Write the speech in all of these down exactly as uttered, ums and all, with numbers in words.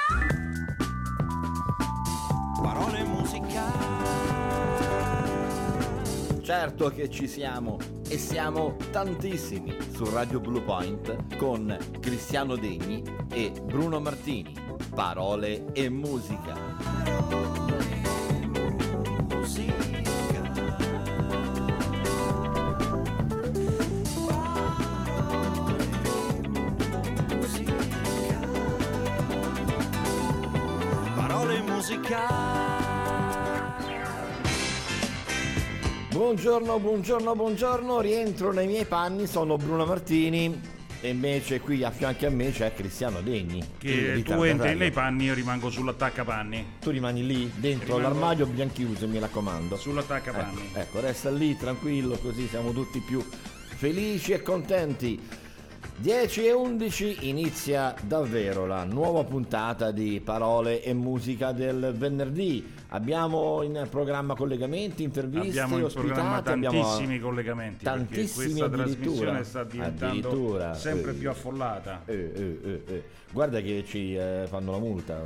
Parole musicali. Certo che ci siamo, e siamo tantissimi su Radio Blue Point con Cristiano Degni e Bruno Martini. Parole e musica. Buongiorno, buongiorno, buongiorno, rientro nei miei panni, sono Bruno Martini e invece qui a fianco a me c'è Cristiano Degni. Che tu entri nei panni, io rimango sull'attaccapanni. Tu rimani lì dentro Rimango l'armadio ben chiuso, mi raccomando. Sull'attaccapanni. Ecco, ecco, resta lì tranquillo, così siamo tutti più felici e contenti. dieci e undici inizia davvero la nuova puntata di Parole e Musica del venerdì. Abbiamo in programma collegamenti, interviste, abbiamo in ospitati, programma tantissimi abbiamo collegamenti, tantissimi, questa addirittura trasmissione sta diventando sempre eh, più affollata. Eh, eh, eh, eh. Guarda che ci eh, fanno la multa.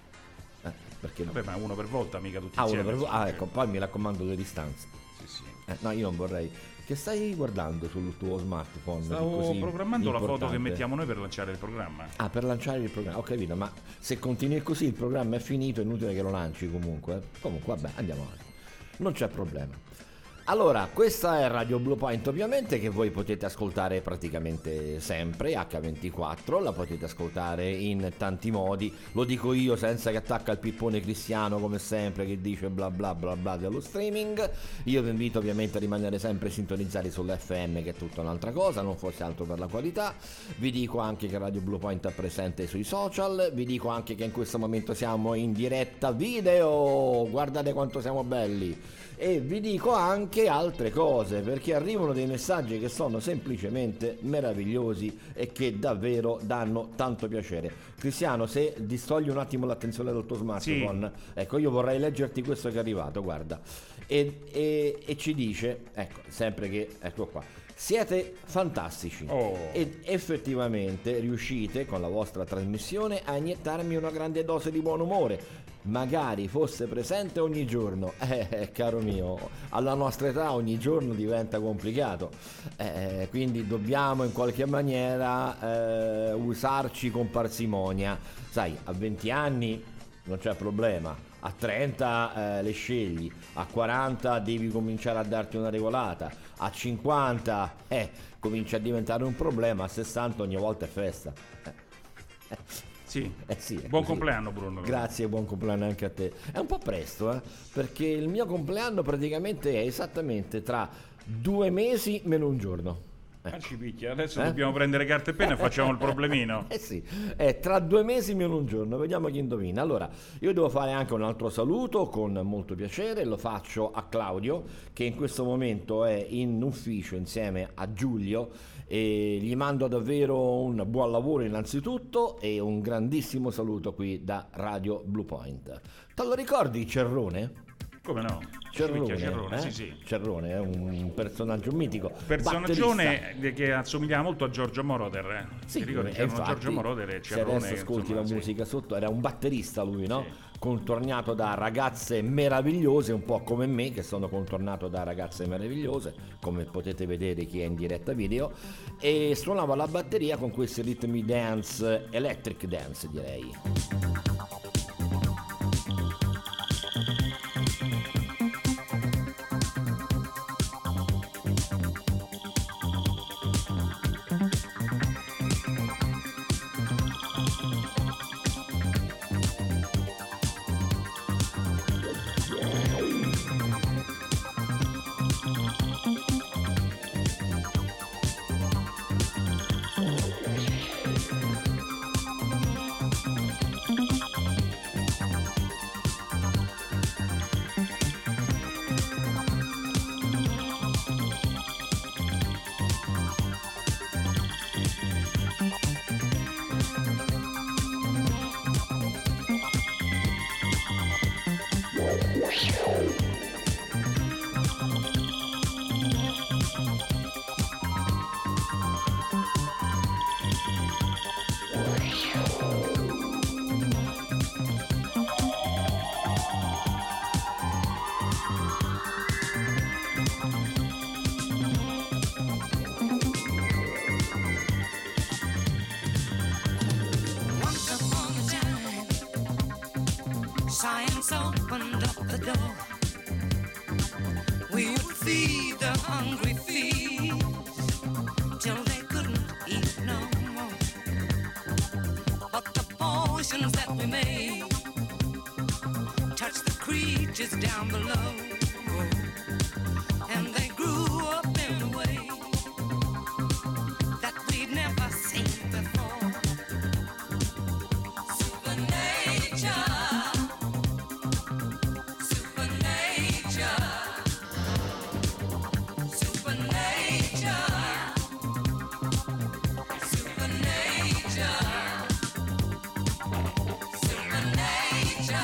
Eh, perché no? Vabbè, ma uno per volta, mica tutti ah, insieme. Uno per vo- ah, ecco, poi mi raccomando le distanze. Sì, sì. Eh, no, io non vorrei. Che stai guardando sul tuo smartphone? Stavo così programmando importante? la foto che mettiamo noi per lanciare il programma. Ah, per lanciare il programma, ho capito, ma se continui così il programma è finito, è inutile che lo lanci comunque. eh. Comunque, vabbè, andiamo avanti. Non c'è problema. Allora, questa è Radio Blue Point, ovviamente, che voi potete ascoltare praticamente sempre, acca ventiquattro, la potete ascoltare in tanti modi, lo dico io senza che attacca il pippone Cristiano come sempre che dice bla bla bla bla dello streaming. Io vi invito ovviamente a rimanere sempre sintonizzati sull'F M, che è tutta un'altra cosa, non fosse altro per la qualità. Vi dico anche che Radio Blue Point è presente sui social, vi dico anche che in questo momento siamo in diretta video, guardate quanto siamo belli. E vi dico anche altre cose, perché arrivano dei messaggi che sono semplicemente meravigliosi e che davvero danno tanto piacere. Cristiano, se distogli un attimo l'attenzione dal tuo smartphone, sì. Ecco, io vorrei leggerti questo che è arrivato, guarda, e, e, e ci dice, ecco, sempre che, ecco qua, siete fantastici oh. ed effettivamente riuscite con la vostra trasmissione a iniettarmi una grande dose di buon umore. Magari fosse presente ogni giorno, eh, caro mio, alla nostra età ogni giorno diventa complicato, eh, quindi dobbiamo in qualche maniera eh, usarci con parsimonia. Sai, a venti anni non c'è problema, a trenta eh, le scegli, a quaranta devi cominciare a darti una regolata, a cinquanta eh, comincia a diventare un problema, a sessanta ogni volta è festa. Eh. Sì, eh sì buon così. Compleanno Bruno. Grazie, buon compleanno anche a te. È un po' presto, eh? Perché il mio compleanno praticamente è esattamente tra due mesi meno un giorno. Ecco. Ah, ci picchia. Adesso eh? dobbiamo prendere carta e penna e facciamo il problemino. Eh sì, è tra due mesi meno un giorno, vediamo chi indovina. Allora, io devo fare anche un altro saluto con molto piacere, lo faccio a Claudio, che in questo momento è in ufficio insieme a Giulio, e gli mando davvero un buon lavoro innanzitutto e un grandissimo saluto qui da Radio Blue Point. Te lo ricordi Cerrone? Come no? Cerrone, Cerrone eh? sì, sì. Cerrone è un personaggio mitico, personaggione che assomiglia molto a Giorgio Moroder, eh? Sì, ti ricordi? e infatti, Giorgio Moroder e Cerrone, se adesso ascolti insomma, la sì. musica sotto, era un batterista lui, no? Sì. Contornato da ragazze meravigliose, un po' come me che sono contornato da ragazze meravigliose, come potete vedere chi è in diretta video, e suonava la batteria con questi ritmi dance, electric dance direi. once opened up the door, we would feed the hungry feast till they couldn't eat no more. But the potions that we made touched the creatures down below, and they grew up in a way that we'd never seen before. Supernature, supernature, supernature, supernature, supernature.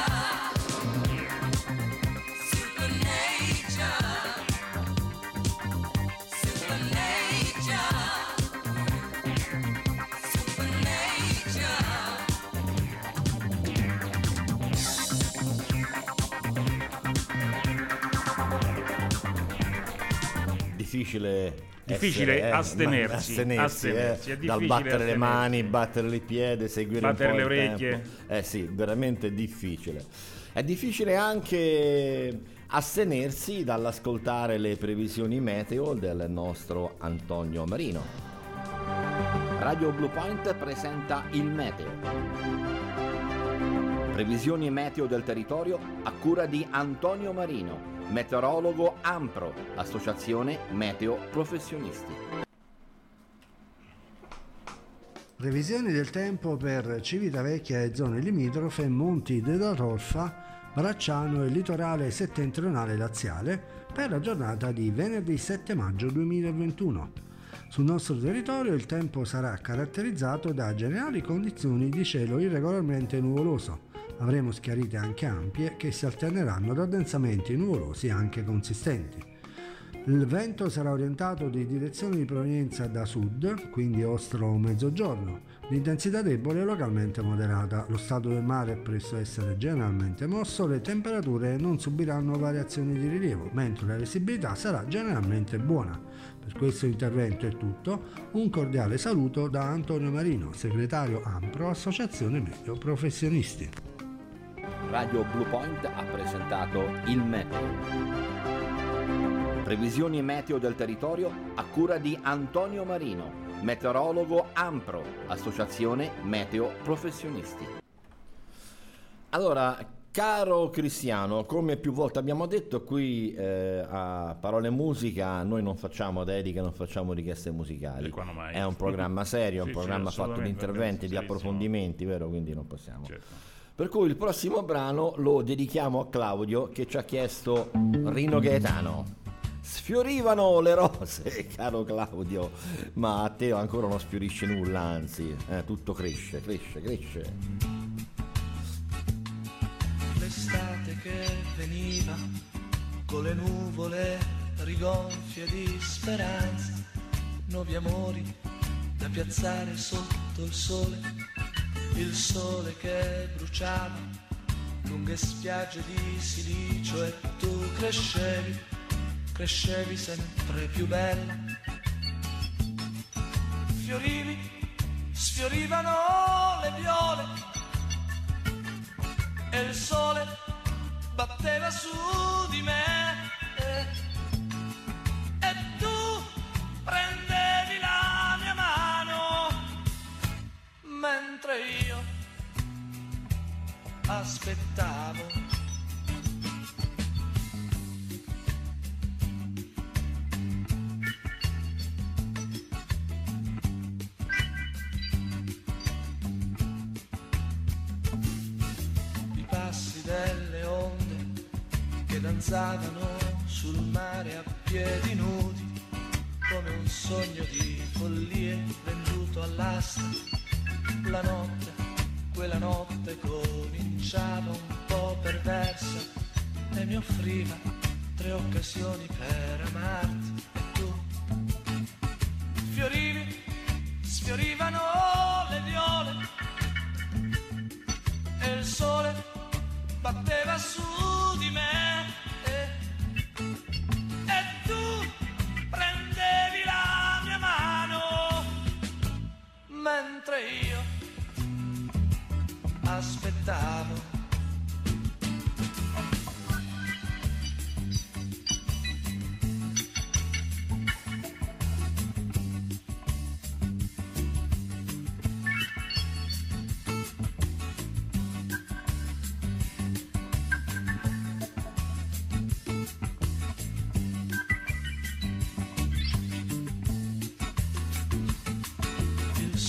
Difficile, Difficile essere, eh, astenersi, ma- astenersi, astenersi, eh, è dal difficile battere le astenersi. mani, battere le piedi, seguire Battere un po' le il orecchie. tempo. Eh sì, veramente difficile. È difficile anche astenersi dall'ascoltare le previsioni meteo del nostro Antonio Marino. Radio Blue Point presenta il meteo. Previsioni meteo del territorio a cura di Antonio Marino, meteorologo AMPRO, Associazione Meteo Professionisti. Previsioni del tempo per Civitavecchia e zone limitrofe, Monti della Rolfa, Bracciano e litorale settentrionale laziale per la giornata di venerdì sette maggio duemilaventuno. Sul nostro territorio il tempo sarà caratterizzato da generali condizioni di cielo irregolarmente nuvoloso. Avremo schiarite anche ampie che si alterneranno ad addensamenti nuvolosi anche consistenti. Il vento sarà orientato di direzione di provenienza da sud, quindi ostro mezzogiorno. L'intensità debole e localmente moderata. Lo stato del mare è presto essere generalmente mosso, le temperature non subiranno variazioni di rilievo, mentre la visibilità sarà generalmente buona. Per questo intervento è tutto. Un cordiale saluto da Antonio Marino, segretario AMPRO, Associazione Meteo Professionisti. Radio Blue Point ha presentato il meteo. Previsioni meteo del territorio a cura di Antonio Marino, meteorologo AMPRO, Associazione Meteo Professionisti. Allora, caro Cristiano, come più volte abbiamo detto qui eh, a Parole Musica noi non facciamo dediche, non facciamo richieste musicali. E quando mai? È un programma serio, Sì, un sì, programma fatto di assolutamente, interventi, di serissimo. approfondimenti, vero? Quindi non possiamo. Certo. Per cui il prossimo brano lo dedichiamo a Claudio che ci ha chiesto Rino Gaetano. Sfiorivano le rose, caro Claudio, ma a te ancora non sfiorisce nulla, anzi, eh, tutto cresce, cresce, cresce. L'estate che veniva con le nuvole rigonfie di speranza, nuovi amori da piazzare sotto il sole. Il sole che bruciava lunghe spiagge di silicio e tu crescevi, crescevi sempre più bella. Fiorivi, sfiorivano le viole e il sole batteva su di me e, e tu prendevi la mia mano mentre io aspettavo. I passi delle onde che danzavano sul mare a piedi nudi, come un sogno di follie venduto all'asta. La notte, quella notte cominciava un po' perversa e mi offriva tre occasioni per amarti e tu fiorivi, sfiorivano le viole e il sole batteva su di me e, e tu prendevi la mia mano mentre io aspettavo.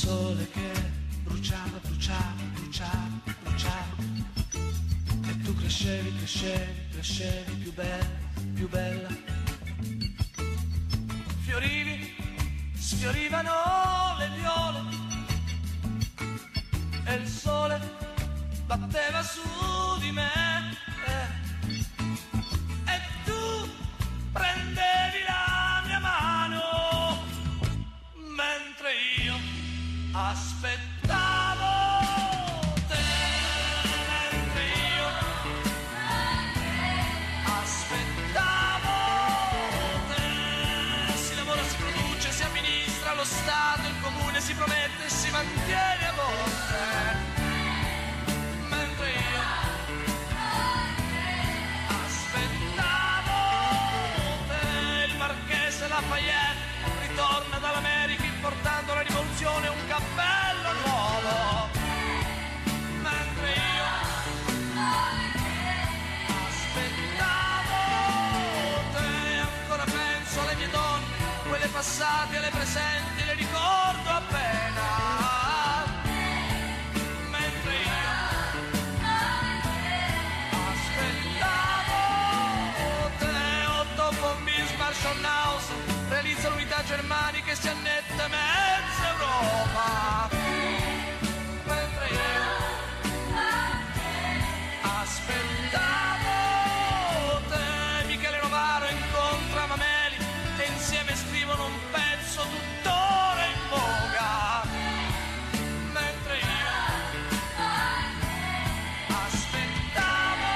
sole che bruciava, bruciava, bruciava, bruciava. E tu crescevi, crescevi, crescevi più bella, più bella. Fiorivi, sfiorivano le viole e il sole batteva su di me. Eh. E tu prendevi la mia mano mentre io aspettavo te, mentre io aspettavo te. Si lavora, si produce, si amministra, lo Stato, il comune, si promette e si mantiene a volte. Mentre io aspettavo te, il Marchese Lafayette ritorna dall'America portando la rivoluzione e un cappello nuovo. Mentre io aspettavo te, ancora penso alle mie donne, quelle passate, alle presenti, le ricordo appena. Mentre io aspettavo te, Otto von Bismarck, Schonhaus realizza l'unità germanica e si annette mezza Europa. Mentre io aspettavo te, Michele Novaro incontra Mameli e insieme scrivono un pezzo tuttora in voga. Mentre io aspettavo.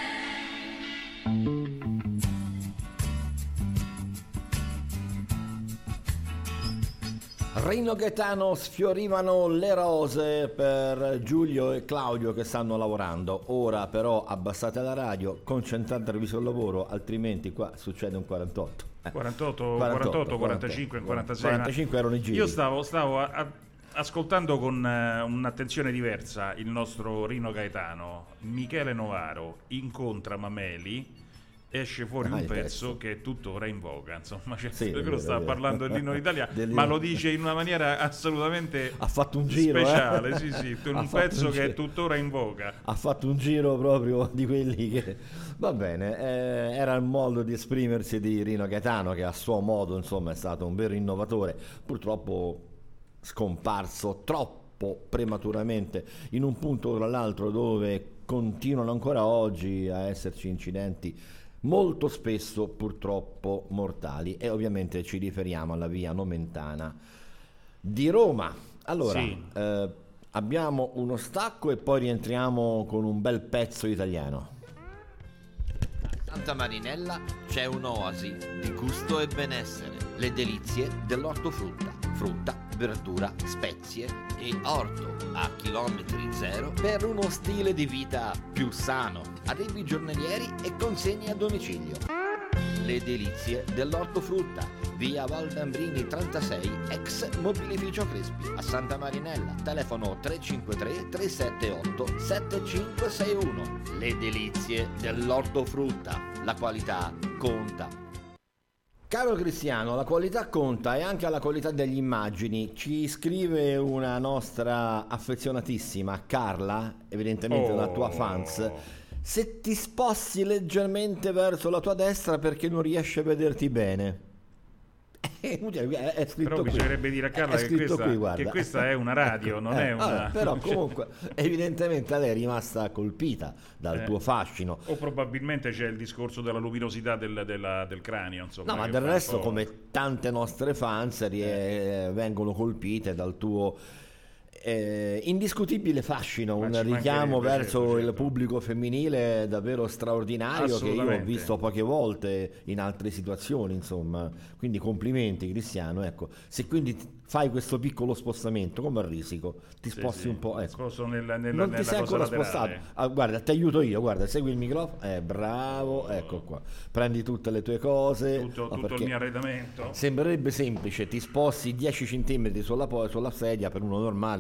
Rino Gaetano, sfiorivano le rose per Giulio e Claudio che stanno lavorando. Ora però abbassate la radio, concentratevi sul lavoro, altrimenti qua succede un quarantotto. Eh. quarantotto, quarantotto, quarantotto, quarantacinque, quarantasei. quarantacinque erano i giri. Io stavo, stavo a, a, ascoltando con uh, un'attenzione diversa il nostro Rino Gaetano. Michele Novaro incontra Mameli, esce fuori Ah, un il pezzo, pezzo. che è tuttora in voga, insomma, cioè, Sì, è quello vero, sta è vero. parlando dell'inno d'Italia, Dell'inno- ma lo dice in una maniera assolutamente Ha fatto un giro, eh. speciale, sì, sì, Ha un fatto pezzo un che è giro. tuttora in voga. Ha fatto un giro proprio di quelli che... Va bene, eh, era il modo di esprimersi di Rino Gaetano, che a suo modo, insomma, è stato un vero innovatore, purtroppo scomparso troppo prematuramente, in un punto tra l'altro dove continuano ancora oggi a esserci incidenti molto spesso purtroppo mortali, e ovviamente ci riferiamo alla via Nomentana di Roma. Allora, Sì. eh, abbiamo uno stacco e poi rientriamo con un bel pezzo italiano. A Santa Marinella c'è un'oasi di gusto e benessere, le delizie dell'ortofrutta, frutta, verdura, spezie e orto a chilometri zero per uno stile di vita più sano, arrivi giornalieri e consegne a domicilio. Le delizie dell'ortofrutta, via Valdambrini trentasei, ex mobilificio Crespi, a Santa Marinella, telefono tre cinque tre tre sette otto sette cinque sei uno. Le delizie dell'ortofrutta, la qualità conta. Caro Cristiano, la qualità conta e anche la qualità degli immagini. Ci scrive una nostra affezionatissima Carla, evidentemente Oh. una tua fans. Se ti sposti leggermente verso la tua destra perché non riesci a vederti bene. È è scritto Però qui. bisognerebbe dire a Carla È che scritto questa, qui, guarda. che questa è una radio, non Eh, è una... vabbè, però comunque evidentemente lei è rimasta colpita dal Eh. tuo fascino. O probabilmente c'è il discorso della luminosità del, della- del cranio, insomma. No, ma che del fa un resto, po'- come tante nostre fans, rie- vengono colpite dal tuo eh, indiscutibile fascino, Ma un ci richiamo mancherebbe, verso certo, il certo. pubblico femminile davvero straordinario, che io ho Assolutamente. visto poche volte in altre situazioni, insomma. Quindi complimenti, Cristiano. Ecco, se quindi t- fai questo piccolo spostamento come a risico, ti Sì, sposti sì. un po', ecco. Sposto nella, nella, Non nella ti sei cosa ancora laterale. spostato. Ah, guarda, ti aiuto io, guarda, segui il microfono. Eh, bravo, ecco qua. Prendi tutte le tue cose. Tutto, no, tutto il perché mio arredamento. sembrerebbe semplice, ti sposti dieci centimetri sulla, po- sulla sedia, per uno normale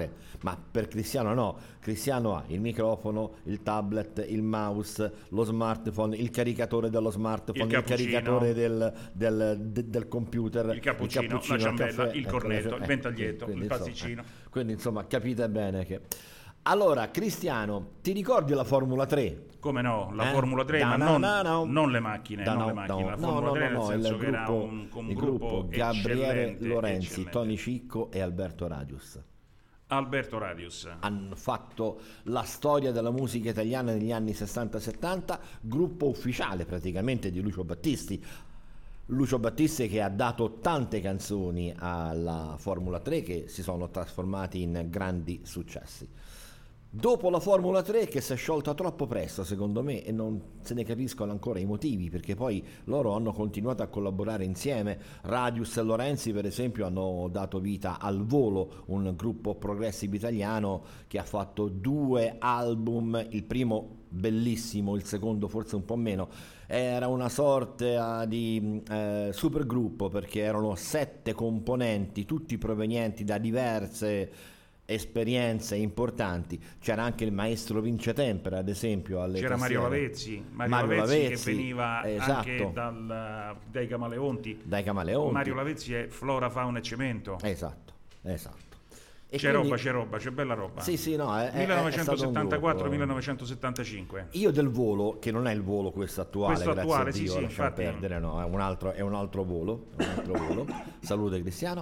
ufficiale, ma per Cristiano no. Cristiano ha il microfono, il tablet, il mouse, lo smartphone, il caricatore dello smartphone, Il il, cappuccino. caricatore del, del, de- del computer, Il cappuccino, la il ciambella, caffè, il ecco, cornetto, eh, il ventaglietto, quindi, il insomma, pasticcino. eh, quindi insomma capite bene che... Allora Cristiano, ti ricordi la Formula tre? Come no, la Eh? Formula tre, Da ma na non, na na. non le macchine, Da non no, le macchine, no, la no, Formula no, tre no, nel no, senso il che era gruppo, un, un il gruppo, gruppo Gabriele eccellente, Lorenzi, eccellente. Tony Cicco e Alberto Radius Alberto Radius. hanno fatto la storia della musica italiana negli anni sessanta settanta, gruppo ufficiale praticamente di Lucio Battisti. Lucio Battisti che ha dato tante canzoni alla Formula tre che si sono trasformati in grandi successi. Dopo la Formula tre, che si è sciolta troppo presto secondo me, e non se ne capiscono ancora i motivi, perché poi loro hanno continuato a collaborare insieme. Radius e Lorenzi per esempio hanno dato vita al Volo, un gruppo progressive italiano che ha fatto due album, il primo bellissimo, il secondo forse un po' meno. Era una sorta di eh, supergruppo, perché erano sette componenti, tutti provenienti da diverse esperienze importanti. C'era anche il maestro Vince Tempera, ad esempio, alle C'era Mario tastiere. Lavezzi, Mario, Mario Lavezzi, Lavezzi, che veniva esatto. anche dal, dai Camaleonti. Dai Camaleonti. Mario Lavezzi è Flora, Fauna e Cemento. Esatto, esatto. E C'è quindi- roba, c'è roba, c'è bella roba. Sì, sì, no, è, è- è stato un millenovecentosettantaquattro gruppo. millenovecentosettantacinque. Io del Volo, che non è il Volo questo attuale, Questo grazie attuale, a sì, Dio, sì, lasciamo infatti. perdere, no, è un altro, è un altro volo, è un altro volo. Salute Cristiano.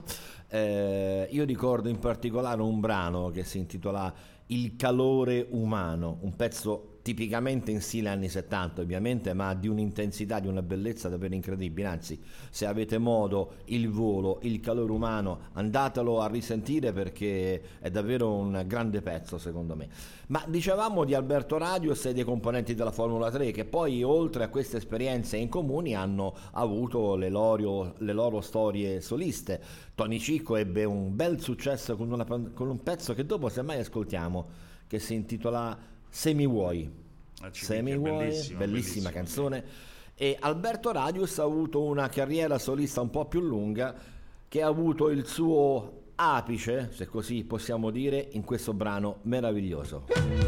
Eh, io ricordo in particolare un brano che si intitola Il calore umano, un pezzo tipicamente in stile anni settanta ovviamente, ma di un'intensità, di una bellezza davvero incredibile. Anzi, se avete modo, Il Volo, Il calore umano, andatelo a risentire perché è davvero un grande pezzo secondo me. Ma dicevamo di Alberto Radius e dei componenti della Formula tre, che poi oltre a queste esperienze in comuni hanno avuto le loro, le loro storie soliste. Tony Cicco ebbe un bel successo con, una, con un pezzo che dopo semmai ascoltiamo, che si intitola Se mi vuoi. Ah, ci Se mi picchia, vuoi, bellissimo, bellissima bellissimo, canzone. E Alberto Radius ha avuto una carriera solista un po' più lunga, che ha avuto il suo apice, se così possiamo dire, in questo brano meraviglioso.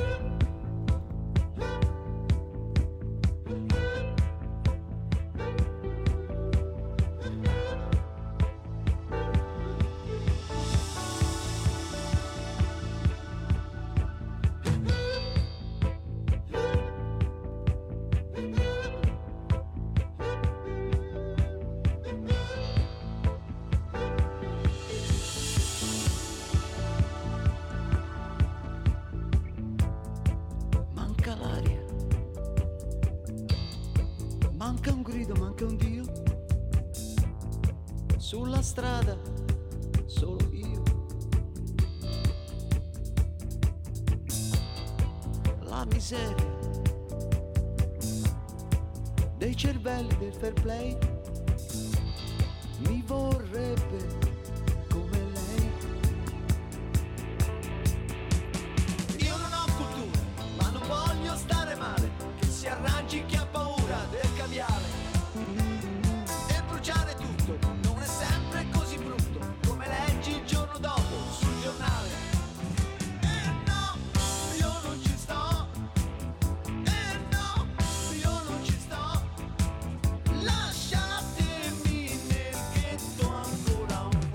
Manca l'aria, manca un grido, manca un Dio. Sulla strada solo io. La miseria dei cervelli del fair play mi vorrebbe come lei. Io non ho cultura, ma non voglio stare male. Che si arrangi chi ha paura del caviale. E bruciare tutto non è sempre così brutto, come leggi il giorno dopo sul giornale. E no, io non ci sto. E no, io non ci sto. Lasciatemi nel ghetto ancora un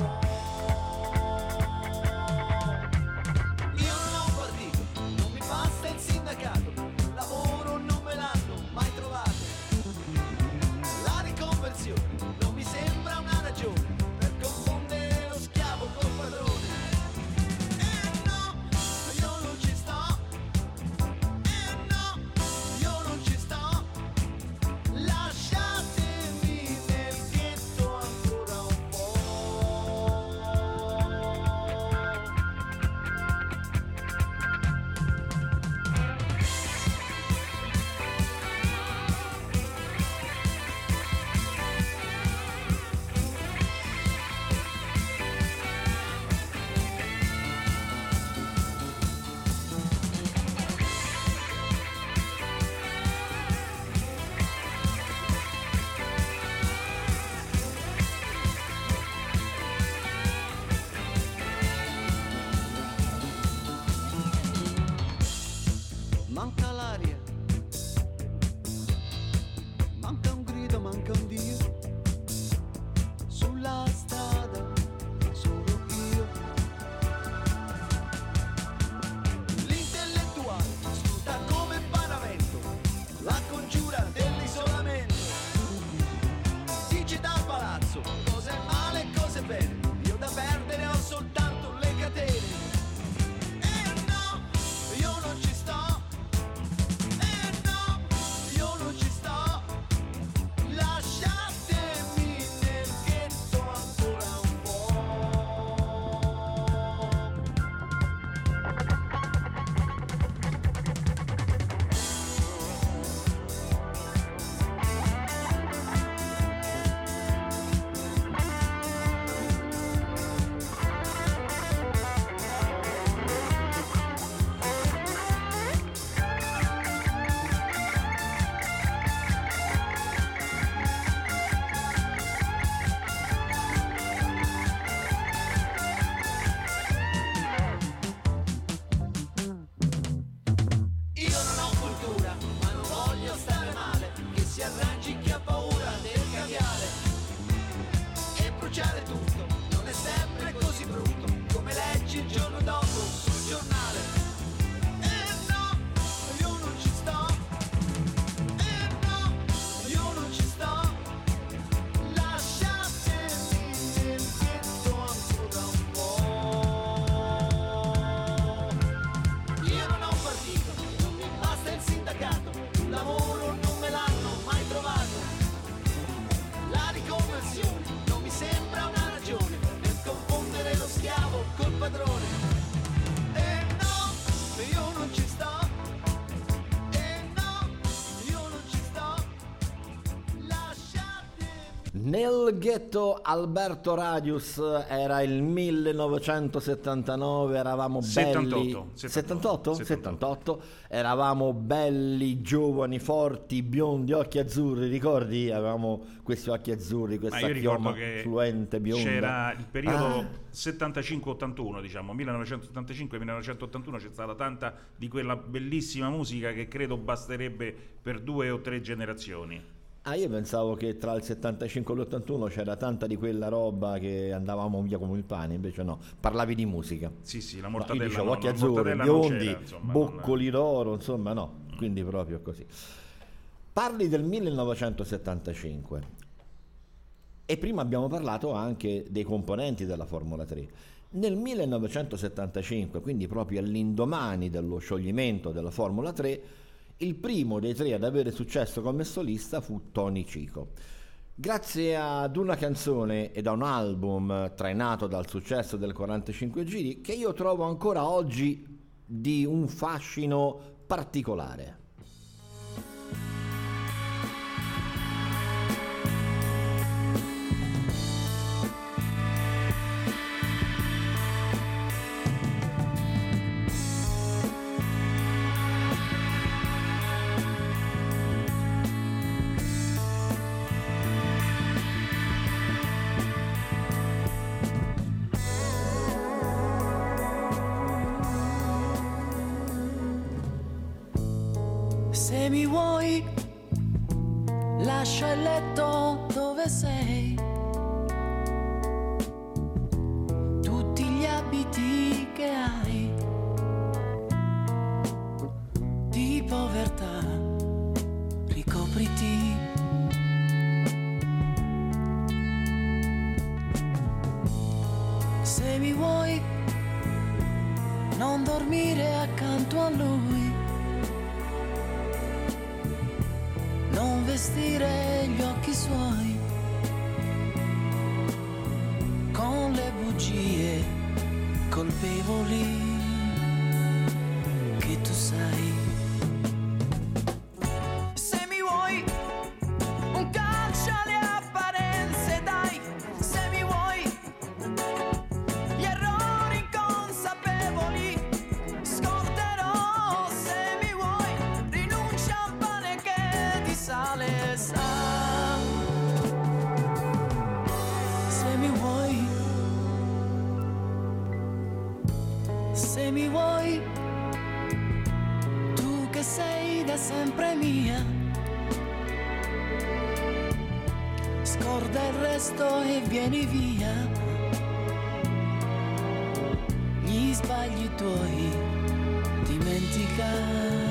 Io non ho cultura, ma non voglio stare male, che si arrangi chi ha paura del cambiare. E bruciare tutto non è sempre così brutto, come leggi il giorno dopo sul giornale. E no, io non ci sto. E no, io non ci sto. Lasciatemi nel vento ancora un po'. Io non ho un partito, non mi basta il sindacato, un lavoro non me l'hanno mai trovato. La riconversione non mi sembra una ragione per confondere lo schiavo col padrone. E no, io non ci sto. E no, io non ci sto. Lasciatemi. Nel ghetto Alberto Radius era il millenovecentosettantanove, eravamo belli settantotto, settantotto? settantotto. settantotto, eravamo belli, giovani, forti, biondi, occhi azzurri, ricordi? Avevamo questi occhi azzurri, Ma questa io ricordo chioma che fluente, bionda. c'era il periodo Ah. settantacinque ottantuno, diciamo, millenovecentosettantacinque millenovecentottantuno, c'è stata tanta di quella bellissima musica che credo basterebbe per due o tre generazioni. Ah, io pensavo che tra il settantacinque e l'ottantuno c'era tanta di quella roba che andavamo via come il pane, invece no, parlavi di musica. Sì, sì, la No, io mortadella dicevo no, occhi la azzurri, mortadella non biondi, c'era, insomma, boccoli d'oro, insomma no, quindi proprio così. Parli del millenovecentosettantacinque e prima abbiamo parlato anche dei componenti della Formula tre. Nel millenovecentosettantacinque, quindi proprio all'indomani dello scioglimento della Formula tre, il primo dei tre ad avere successo come solista fu Tony Cico. Grazie ad una canzone e da un album trainato dal successo del quarantacinque giri che io trovo ancora oggi di un fascino particolare. Se mi vuoi, lascia il letto dove sei, tutti gli abiti che hai, di povertà, ricopriti. Se mi vuoi, non dormire accanto a lui, non vestire gli occhi suoi con le bugie colpevoli che tu sai. Se mi vuoi, un calcio alle apparenze, dai. Se mi vuoi, gli errori inconsapevoli scorderò. Se mi vuoi, rinuncia al pane che ti sale, sa. Se mi vuoi, se mi vuoi, tu che sei da sempre mia, scorda il resto e vieni via. Gli sbagli tuoi dimentica.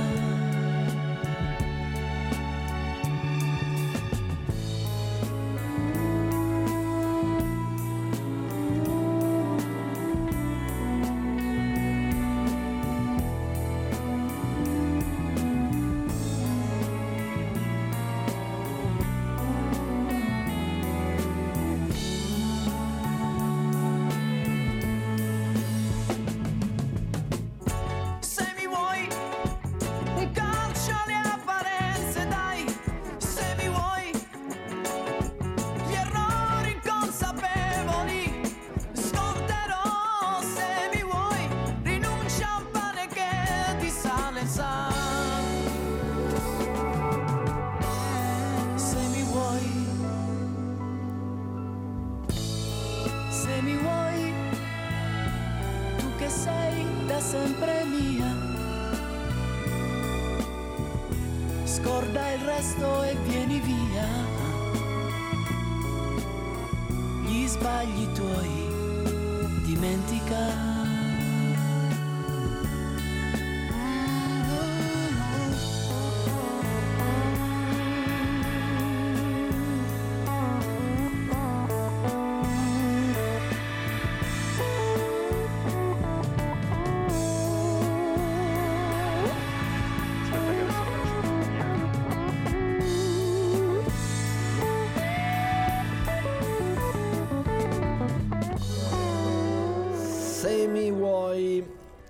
Se mi vuoi, un calcio alle apparenze, dai. Se mi vuoi, gli errori inconsapevoli scorderò. Se mi vuoi, rinuncia al pane che ti sale, sa. Se mi vuoi, se mi vuoi, tu che sei da sempre mia, Scorda il resto e vieni via. Gli sbagli tuoi dimentica. Se mi vuoi,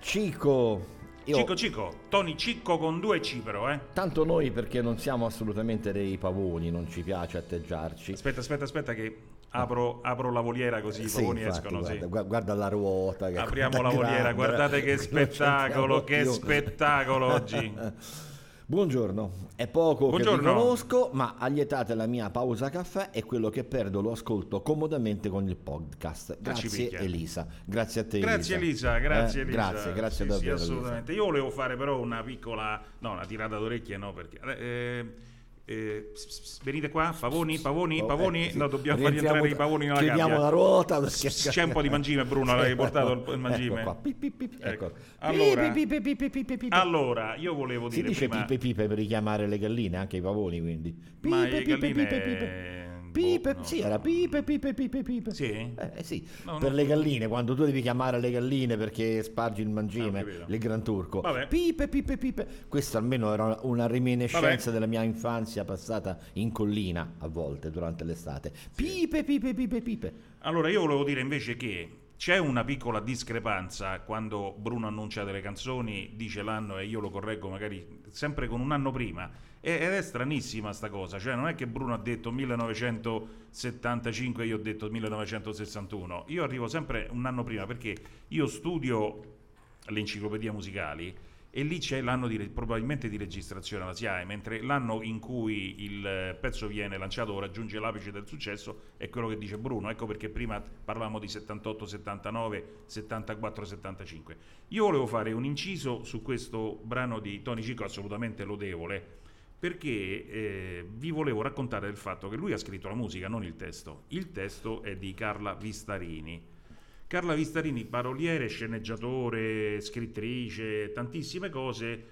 Cico. Io- Cico Cico, Tony Cicco con due C però, eh. Tanto noi, perché non siamo assolutamente dei pavoni, non ci piace atteggiarci. Aspetta, aspetta, aspetta che apro, apro la voliera così i Sì, pavoni infatti, escono, guarda, sì. gua- guarda la ruota che Apriamo quanto la è voliera, grande, guardate che non spettacolo, c'entriamo che più. spettacolo oggi. Buongiorno, è poco Buongiorno. che vi conosco, ma allietate la mia pausa caffè e quello che perdo lo ascolto comodamente con il podcast. Ah, ci Grazie picchia. Elisa, grazie a te Grazie Elisa, Elisa, grazie Eh, Elisa. Grazie, grazie Sì, davvero sì, Elisa. assolutamente. Io volevo fare però una piccola, no, una tirata d'orecchie no, perché... Eh, eh, ps, ps, ps, venite qua, pavoni, pavoni, Oh, pavoni, ecco, sì. no, dobbiamo far Rientriamo rientrare i tra- pavoni nella chiudiamo gabbia. la ruota perché- C'è un po' di mangime, Bruno, l'hai portato il, il mangime? Ecco qua, pi, pi, pi, pi, Ecco. ecco. Allora, Pi, pi, pi, pi, pi, pi, pi. allora, io volevo Si dire dice prima... pipe pipe per richiamare le galline, anche i pavoni, quindi. Ma Pipe, le pipe, galline... pipe, pipe. boh, Pipe, no, sì, no. era pipe, pipe, pipe, pipe. Sì? Eh, sì, No, per no. le galline, quando tu devi chiamare le galline perché spargi il Ah, ho mangime, capito. il gran turco. Vabbè. Pipe, pipe, pipe. Questa almeno era una reminiscenza Vabbè. della mia infanzia passata in collina a volte durante l'estate. Pipe, pipe, pipe, pipe. Allora, io volevo dire invece che c'è una piccola discrepanza quando Bruno annuncia delle canzoni, dice l'anno e io lo correggo magari sempre con un anno prima. E- Ed è stranissima sta cosa, cioè non è che Bruno ha detto millenovecentosettantacinque e io ho detto millenovecentosessantuno. Io arrivo sempre un anno prima perché io studio le enciclopedie musicali e lì c'è l'anno di, probabilmente di registrazione alla S I A E, mentre l'anno in cui il eh, pezzo viene lanciato o raggiunge l'apice del successo è quello che dice Bruno. Ecco perché prima parlavamo di settantotto settantanove, settantaquattro settantacinque. Io volevo fare un inciso su questo brano di Tony Cicco assolutamente lodevole, perché eh, vi volevo raccontare del fatto che lui ha scritto la musica, non il testo. Il testo è di Carla Vistarini. Carla Vistarini, paroliere, sceneggiatore, scrittrice, tantissime cose,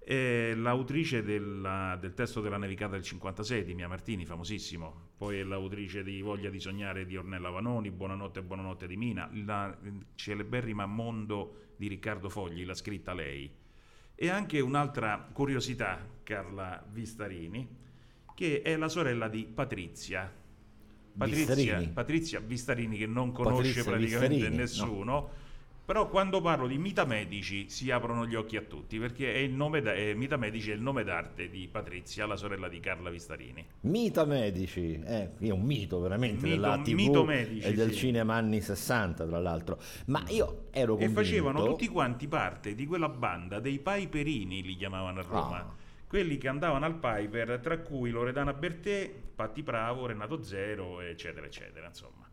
è l'autrice della- del testo della Nevicata del cinquantasei di Mia Martini, famosissimo, poi è l'autrice di Voglia di sognare di Ornella Vanoni, Buonanotte buonanotte di Mina, la celeberrima Mondo di Riccardo Fogli, l'ha scritta lei. E anche un'altra curiosità, Carla Vistarini, che è la sorella di Patrizia. Patrizia Vistarini. Patrizia Vistarini, che non conosce Patrizia praticamente Vistarini, nessuno, però quando parlo di Mita Medici si aprono gli occhi a tutti, perché è il nome da- è- Mita Medici è il nome d'arte di Patrizia, la sorella di Carla Vistarini. Mita Medici, eh, è un mito veramente Mito- della T V mito Medici, e del sì. cinema anni sessanta, tra l'altro. Ma io ero E convinto... facevano tutti quanti parte di quella banda dei Piperini, li chiamavano a Roma. Ah. Quelli che andavano al Piper, tra cui Loredana Bertè, Patti Bravo, Renato Zero, eccetera, eccetera, insomma.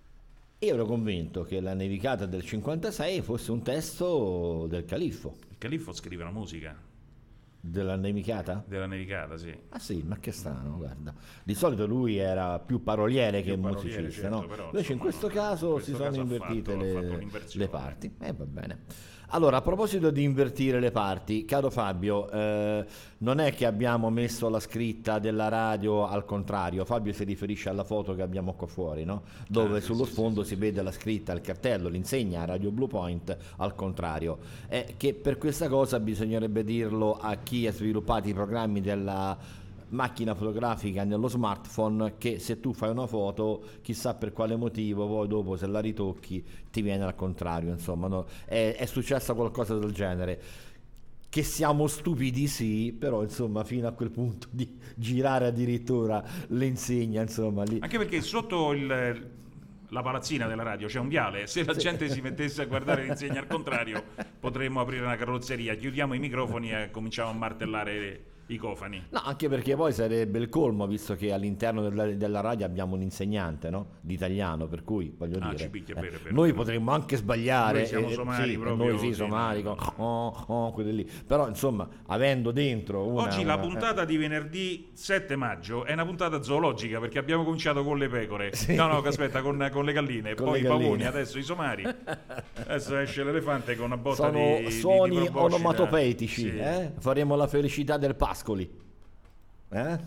Io ero convinto che la nevicata del cinquantasei fosse un testo del Califfo. Il Califfo scrive la musica Della nevicata? della Nevicata, sì. Ah sì, ma che strano, guarda. Di solito lui era più paroliere Più che paroliere, musicista, certo, no? però, Invece in insomma, questo no, caso in questo si sono caso ha invertite fatto- ha fatto le, un'inversione. le parti. Eh, va bene. Allora, a proposito di invertire le parti, caro Fabio, eh, non è che abbiamo messo la scritta della radio al contrario. Fabio si riferisce alla foto che abbiamo qua fuori, no? Dove Ah, sì, sullo sì, sfondo sì, si vede la scritta, il cartello, l'insegna Radio Blue Point al contrario. E che per questa cosa bisognerebbe dirlo a chi ha sviluppato i programmi della macchina fotografica nello smartphone, che se tu fai una foto chissà per quale motivo poi dopo se la ritocchi ti viene al contrario, insomma, no? è, è successo qualcosa del genere. Che siamo stupidi sì, però insomma fino a quel punto di girare addirittura l'insegna, insomma lì. Anche perché sotto il, la palazzina della radio c'è un viale, se la gente si mettesse a guardare l'insegna al contrario potremmo aprire una carrozzeria, chiudiamo i microfoni e cominciamo a martellare i cofani. No, anche perché poi sarebbe il colmo, visto che all'interno della, della radio abbiamo un insegnante, no? Di italiano, per cui voglio Ah, dire, ci picchia, eh, vero, vero, noi vero. potremmo anche sbagliare, Noi siamo eh, somari sì, proprio, noi sì, sì, somari, no, con- oh, oh, quelli lì. Però insomma, avendo dentro una, Oggi la una- puntata di venerdì sette maggio è una puntata zoologica, perché abbiamo cominciato con le pecore, no no che aspetta, con, con le galline, Con poi le i pavoni, galline. adesso i somari, adesso esce l'elefante con una botta sono di, di- suoni di proboscide. onomatopeici, Sì. eh? Faremo la felicità del Pascoli. Eh?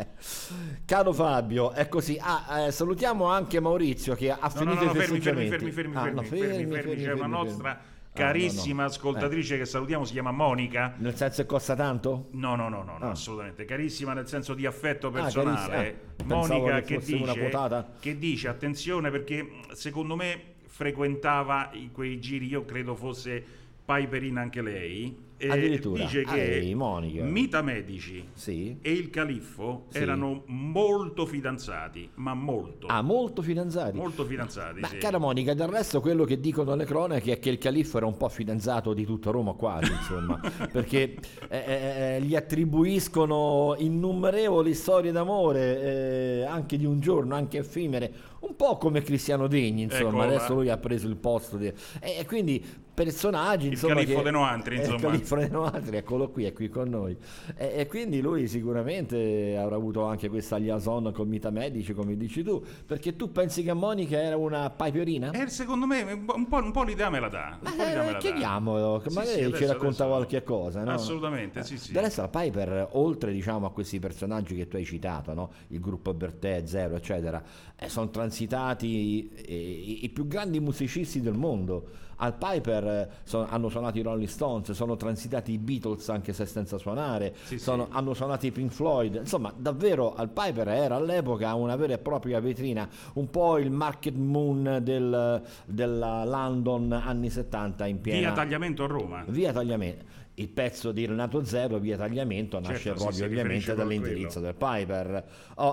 Caro Fabio, è così. Ah, eh, salutiamo anche Maurizio che ha No, no, finito no, i fermi, fermi, festeggiamenti. fermi, fermi, Ah, fermi, no, fermi, fermi, fermi, c'è una fermi, nostra fermi. carissima Ah, no, no. ascoltatrice che salutiamo, si chiama Monica. Nel senso che costa tanto? No, no, no, no, no, Ah. assolutamente. Carissima nel senso di affetto Ah, personale. carissima. Ah, pensavo Monica che che fosse una dice, quotata. che dice, attenzione perché secondo me frequentava i- quei giri, io credo fosse Piperina anche lei. E Addirittura. dice Ah, che lei, Monica. Mita Medici Sì. e il Califfo Sì. erano molto fidanzati, ma molto, Ah, molto fidanzati. molto fidanzati. Ma sì. cara Monica, del resto quello che dicono le cronache è che il Califfo era un po' fidanzato di tutta Roma quasi, insomma, perché eh, eh, gli attribuiscono innumerevoli storie d'amore, eh, anche di un giorno, anche effimere, un po' come Cristiano Degni, insomma, Ecco, adesso va. lui ha preso il posto di... e quindi personaggi, Il insomma, Califfo che- de Noantri, eh, insomma. Il Califfo de Noantri, eccolo qui, è qui con noi. E, e quindi lui sicuramente avrà avuto anche questa liaison con Mita Medici, come dici tu, perché tu pensi che Monica era una piperina? Eh, secondo me un po', un po' l'idea me la dà. Un po' l'idea me la Eh, dà. chiediamolo, che Sì, magari sì, ci adesso- racconta adesso- qualche cosa, no? Assolutamente, sì, sì. Del resto la Piper, oltre diciamo a questi personaggi che tu hai citato, no? Il gruppo Bertè, Zero, eccetera, eh, sono transitati eh, i, i più grandi musicisti del mondo. Al Piper eh, sono- hanno suonato i Rolling Stones, sono transitati i Beatles anche se senza suonare, Sì, sono- sì. hanno suonato i Pink Floyd, insomma davvero al Piper era all'epoca una vera e propria vetrina, un po' il Market Moon del- della London anni settanta in piena... Via Tagliamento a Roma. Via Tagliamento. Il pezzo di Renato Zero, Via Tagliamento, nasce Certo, sì, proprio si ovviamente riferisce proprio a dall'indirizzo del Piper. Oh,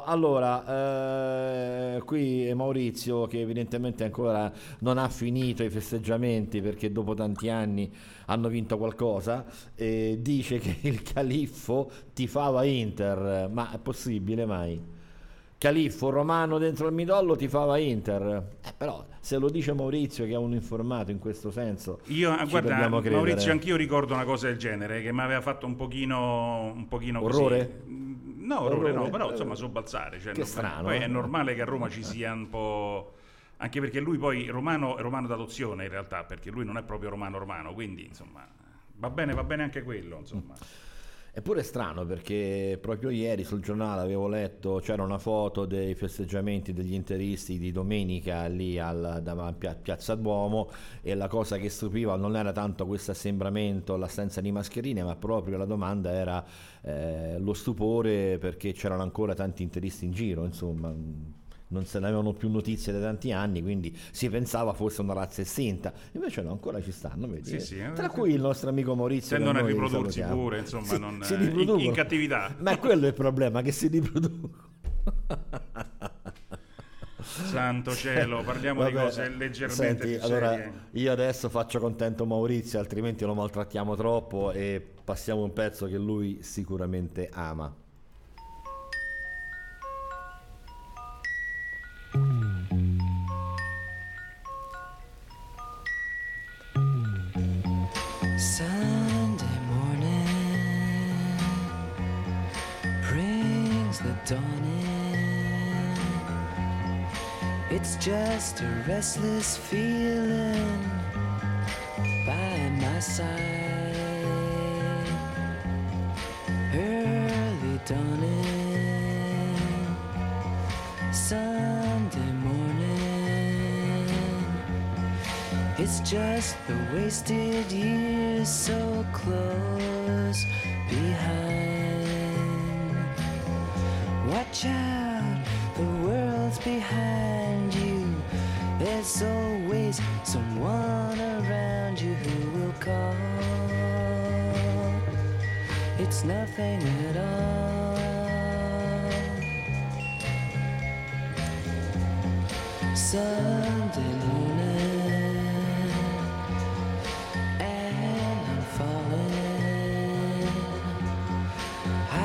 allora, eh, qui Maurizio, che evidentemente ancora non ha finito i festeggiamenti perché dopo tanti anni hanno vinto qualcosa, eh, dice che il Califfo tifava Inter. Ma è possibile mai? Califfo, romano dentro il midollo, tifava Inter. Eh, però se lo dice Maurizio, che è un informato in questo senso, Io, ah, ci guarda, dobbiamo credere. Maurizio, anch'io ricordo una cosa del genere che mi aveva fatto un pochino, un pochino così. Orrore? Mm, No, orrore, Orrore? no, però Eh, insomma sobbalzare. Cioè, che no, strano, Poi eh. è normale che a Roma ci sia un po'. Anche perché lui poi romano è romano d'adozione in realtà, perché lui non è proprio romano romano, quindi insomma va bene, va bene anche quello, insomma. Eppure è strano perché proprio ieri sul giornale avevo letto, c'era una foto dei festeggiamenti degli interisti di domenica lì al, davanti a Piazza Duomo, e la cosa che stupiva non era tanto questo assembramento, l'assenza di mascherine, ma proprio la domanda era eh, lo stupore perché c'erano ancora tanti interisti in giro, insomma. Non se ne avevano più notizie da tanti anni, quindi si pensava fosse una razza estinta. Invece no, ancora ci stanno, vedi? Sì, sì, eh, Tra sì. cui il nostro amico Maurizio. Tendono che a noi riprodursi salutiamo. pure, insomma, Sì, non- si eh, in- riproducono. in cattività. Ma è quello il problema, che si riproducono. Santo cielo, parliamo di Vabbè, cose leggermente senti, più allora, serie. io adesso faccio contento Maurizio, altrimenti lo maltrattiamo troppo, e passiamo un pezzo che lui sicuramente ama. Sunday morning brings the dawn in. It's just a restless feeling by my side. Early dawning, Sunday morning. It's just the wasted years so close behind. Watch out, the world's behind you. There's always someone around you who will call. It's nothing at all. Sunday morning, and I'm falling. I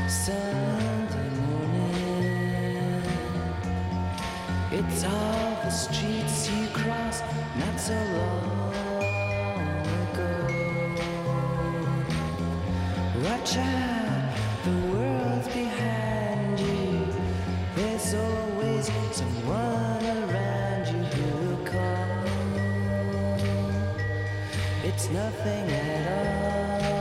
Sunday morning. It's all the streets you crossed not so long ago. Watch out, the world's behind you. There's always someone around you who will call. It's nothing at all.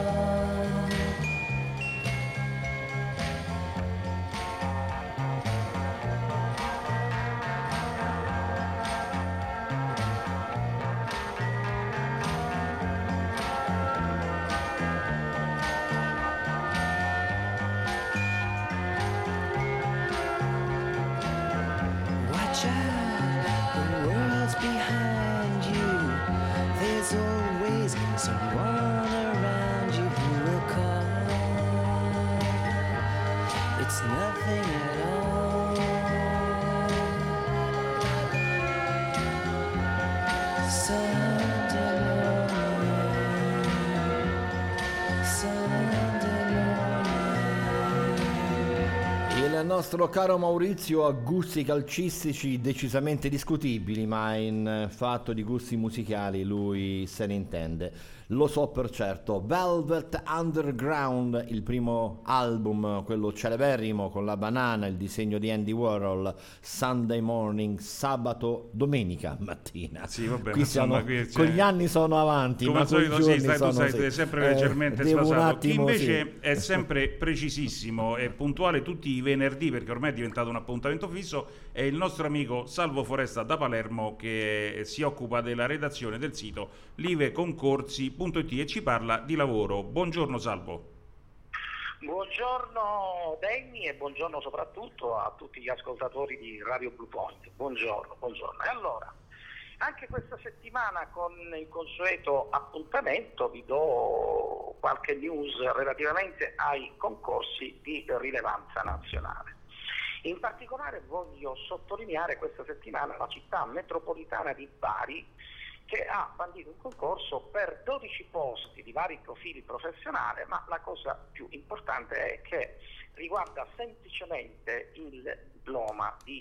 Watch out, the world's behind you. There's always someone around you who will call. It's nothing at all. Sunday morning, Sunday morning. Il nostro caro Maurizio ha gusti calcistici decisamente discutibili, ma in fatto di gusti musicali lui se ne intende. Lo so per certo. Velvet Underground, il primo album, quello celeberrimo con la banana, il disegno di Andy Warhol, Sunday Morning, sabato, domenica mattina. Sì, vabbè, qui siamo, insomma, qui c'è- con gli anni sono avanti, Come ma al solito coi sì, giorni stai, tu sono, stai sì. sempre Eh, leggermente devo un sfasato. Chi attimo, invece sì. è sempre precisissimo e puntuale tutti i venerdì, perché ormai è diventato un appuntamento fisso, è il nostro amico Salvo Foresta da Palermo, che si occupa della redazione del sito liveconcorsi punto it e ci parla di lavoro. Buongiorno Salvo. Buongiorno Denny e buongiorno soprattutto a tutti gli ascoltatori di Radio Blue Point. Buongiorno, buongiorno. E allora, anche questa settimana con il consueto appuntamento vi do qualche news relativamente ai concorsi di rilevanza nazionale. In particolare voglio sottolineare questa settimana la città metropolitana di Bari, che ha bandito un concorso per dodici posti di vari profili professionali, ma la cosa più importante è che riguarda semplicemente il diploma di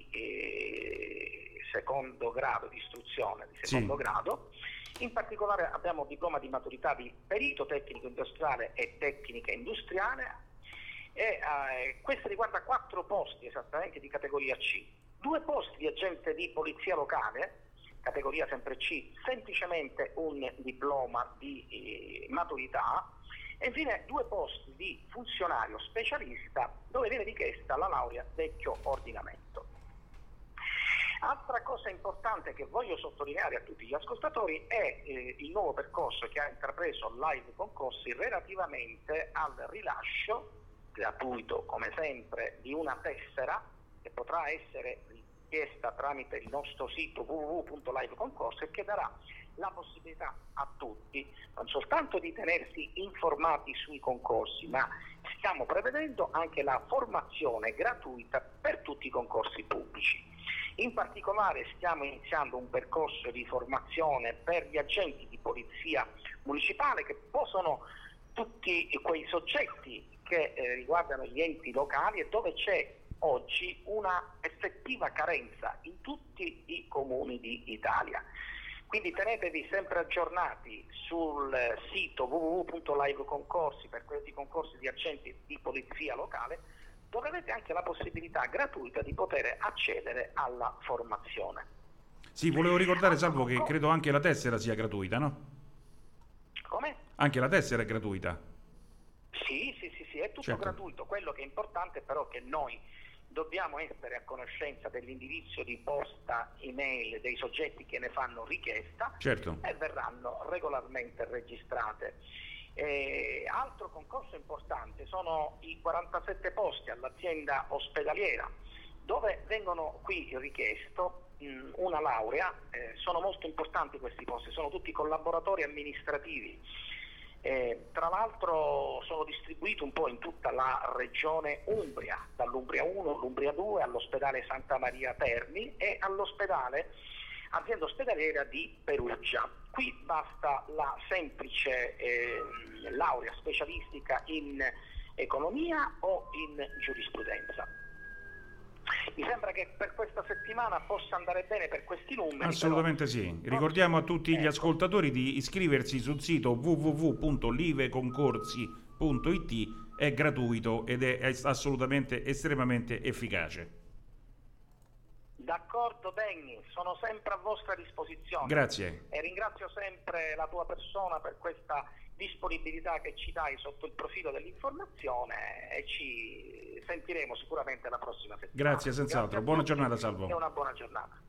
eh, secondo grado, di istruzione di secondo Sì. grado. In particolare abbiamo diploma di maturità di perito tecnico industriale e tecnica industriale, e eh, questo riguarda quattro posti esattamente di categoria C, due posti di agente di polizia locale, categoria sempre C, semplicemente un diploma di eh, maturità, e infine due posti di funzionario specialista dove viene richiesta la laurea vecchio ordinamento. Altra cosa importante che voglio sottolineare a tutti gli ascoltatori è eh, il nuovo percorso che ha intrapreso Live Concorsi relativamente al rilascio gratuito, come sempre, di una tessera che potrà essere richiesta tramite il nostro sito w w w punto live concorsi e che darà la possibilità a tutti non soltanto di tenersi informati sui concorsi, ma stiamo prevedendo anche la formazione gratuita per tutti i concorsi pubblici. In particolare stiamo iniziando un percorso di formazione per gli agenti di polizia municipale, che possono tutti quei soggetti che eh, riguardano gli enti locali e dove c'è oggi una effettiva carenza in tutti i comuni d'Italia. Quindi tenetevi sempre aggiornati sul sito w w w punto live concorsi per questi concorsi di agenti di polizia locale, dove avete anche la possibilità gratuita di poter accedere alla formazione. Sì, volevo ricordare Salvo che credo anche la tessera sia gratuita, no? Come? Anche la tessera è gratuita. Sì, sì, sì, sì, è tutto Certo. gratuito. Quello che è importante però è che noi dobbiamo essere a conoscenza dell'indirizzo di posta email dei soggetti che ne fanno richiesta, Certo. e verranno regolarmente registrate. Eh, altro concorso importante sono i quarantasette posti all'azienda ospedaliera, dove vengono qui richiesto mh, una laurea. Eh, sono molto importanti questi posti, sono tutti collaboratori amministrativi. Eh, tra l'altro sono distribuiti un po' in tutta la regione Umbria, dall'Umbria uno all'Umbria due, all'ospedale Santa Maria Terni e all'ospedale azienda ospedaliera di Perugia. Qui basta la semplice eh, laurea specialistica in economia o in giurisprudenza. Mi sembra che per questa settimana possa andare bene per questi numeri. Assolutamente però... sì. Ricordiamo a tutti gli ascoltatori di iscriversi sul sito w w w punto liveconcorsi punto i t, è gratuito ed è assolutamente estremamente efficace. D'accordo Benny, sono sempre a vostra disposizione. Grazie. E ringrazio sempre la tua persona per questa disponibilità che ci dai sotto il profilo dell'informazione, e ci sentiremo sicuramente la prossima settimana. Grazie, senz'altro. Buona giornata, Salvo. E una buona giornata.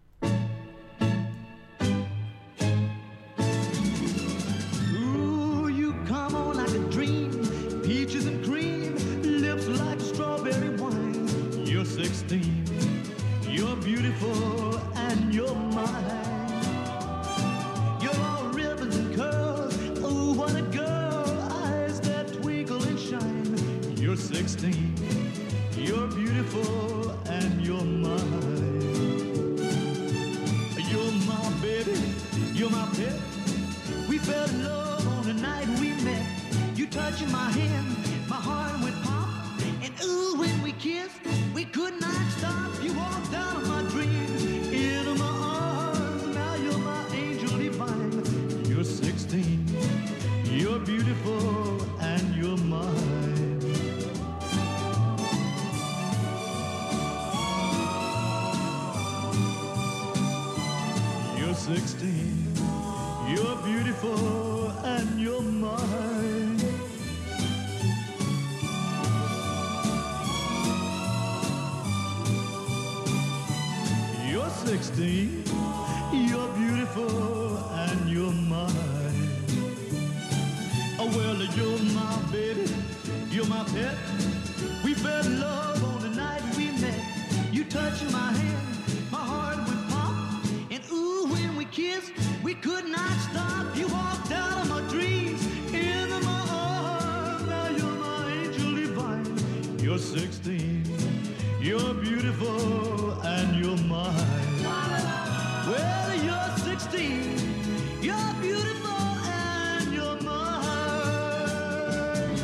Ooh, you come on like a dream, peaches and cream, lips like strawberry wine. You're sixteen, you're beautiful and you're mine. You're all ribbons and curls, oh what a girl, eyes that twinkle and shine. You're sixteen, you're beautiful and you're mine. You're my baby, you're my pet. We fell in love on the night we met. You touching my hand, my heart went pop. And ooh, when we kissed, we could not stop. You walked out of my dreams, into my arms. Now you're my angel divine. You're sixteen, you're beautiful and you're mine. You're sixteen, you're beautiful and you're mine. You're sixteen, you're beautiful and you're mine. Oh well, you're my baby, you're my pet. We fell in love on the night we met. You touched my hand, my heart went pop. And ooh, when we kissed, we could not stop. You walked out of my dreams, into my arms. Now you're my angel divine. You're sixteen, you're beautiful and you're mine. Well, you're sixteen, you're beautiful and you're mine.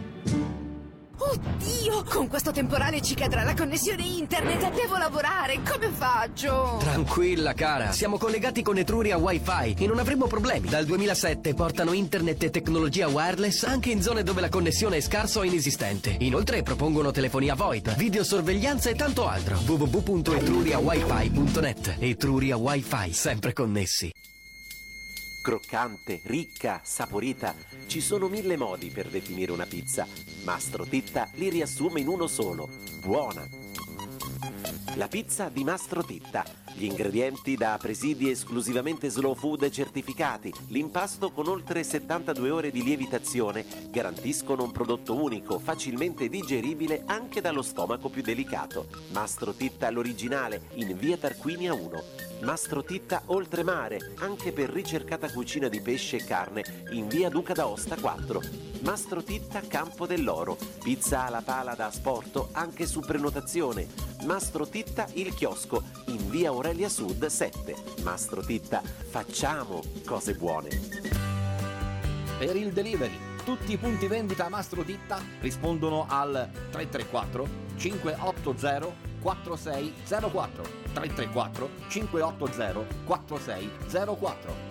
Oddio, con questo temporale ci cadrà la connessione internet e devo lavorare. Come faccio? Tranquilla cara, siamo collegati con Etruria Wi-Fi e non avremo problemi. Dal duemilasette portano internet e tecnologia wireless anche in zone dove la connessione è scarsa o inesistente. Inoltre propongono telefonia VoIP, videosorveglianza e tanto altro. w w w punto etruria wifi punto net. Etruria Wi-Fi, sempre connessi. Croccante, ricca, saporita, ci sono mille modi per definire una pizza. Mastro Titta li riassume in uno solo: buona. La pizza di Mastro Titta. Gli ingredienti da presidi esclusivamente slow food certificati, l'impasto con oltre settantadue ore di lievitazione garantiscono un prodotto unico, facilmente digeribile anche dallo stomaco più delicato. Mastro Titta l'originale, in via Tarquinia uno. Mastro Titta Oltremare, anche per ricercata cucina di pesce e carne, in via Duca d'Aosta quattro. Mastro Titta Campo dell'Oro, pizza alla pala da asporto anche su prenotazione. Mastro Titta Il Chiosco, in via Aurelia Sud sette. Mastro Titta, facciamo cose buone. Per il delivery, tutti i punti vendita Mastro Titta rispondono al tre tre quattro cinque otto zero quattro sei zero quattro. tre tre quattro cinque otto zero quattro sei zero quattro.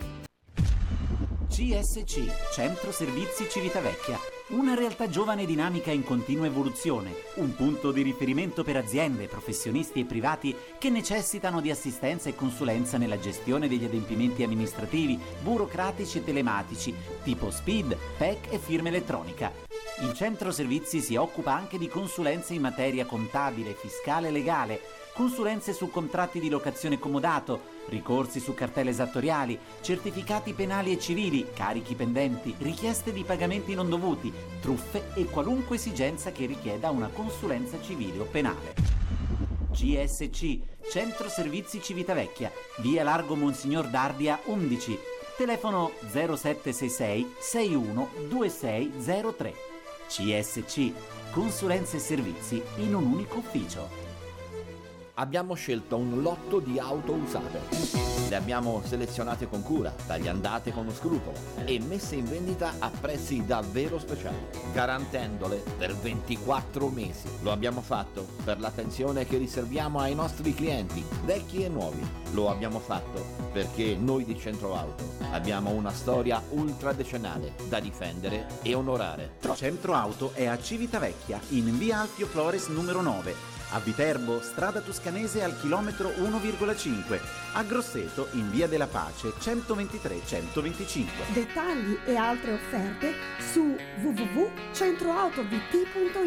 C S C, Centro Servizi Civitavecchia, una realtà giovane e dinamica in continua evoluzione, un punto di riferimento per aziende, professionisti e privati che necessitano di assistenza e consulenza nella gestione degli adempimenti amministrativi, burocratici e telematici, tipo S P I D, P E C e firma elettronica. Il Centro Servizi si occupa anche di consulenze in materia contabile, fiscale e legale, consulenze su contratti di locazione comodato, ricorsi su cartelle esattoriali, certificati penali e civili, carichi pendenti, richieste di pagamenti non dovuti, truffe e qualunque esigenza che richieda una consulenza civile o penale. C S C, Centro Servizi Civitavecchia, via Largo Monsignor Dardia undici, telefono zero sette sei sei sei uno due sei zero tre. C S C, consulenze e servizi in un unico ufficio. abbiamo scelto un lotto di auto usate. Le abbiamo selezionate con cura, tagliandate con scrupolo e messe in vendita a prezzi davvero speciali, garantendole per ventiquattro mesi. Lo abbiamo fatto per l'attenzione che riserviamo ai nostri clienti, vecchi e nuovi. Lo abbiamo fatto perché noi di Centro Auto abbiamo una storia ultradecennale da difendere e onorare. Centro Auto è a Civitavecchia, in via Alfio Flores numero nove. A Viterbo, strada toscanese al chilometro uno virgola cinque. A Grosseto, in via della Pace, centoventitré centoventicinque. Dettagli e altre offerte su w w w punto centroautovt punto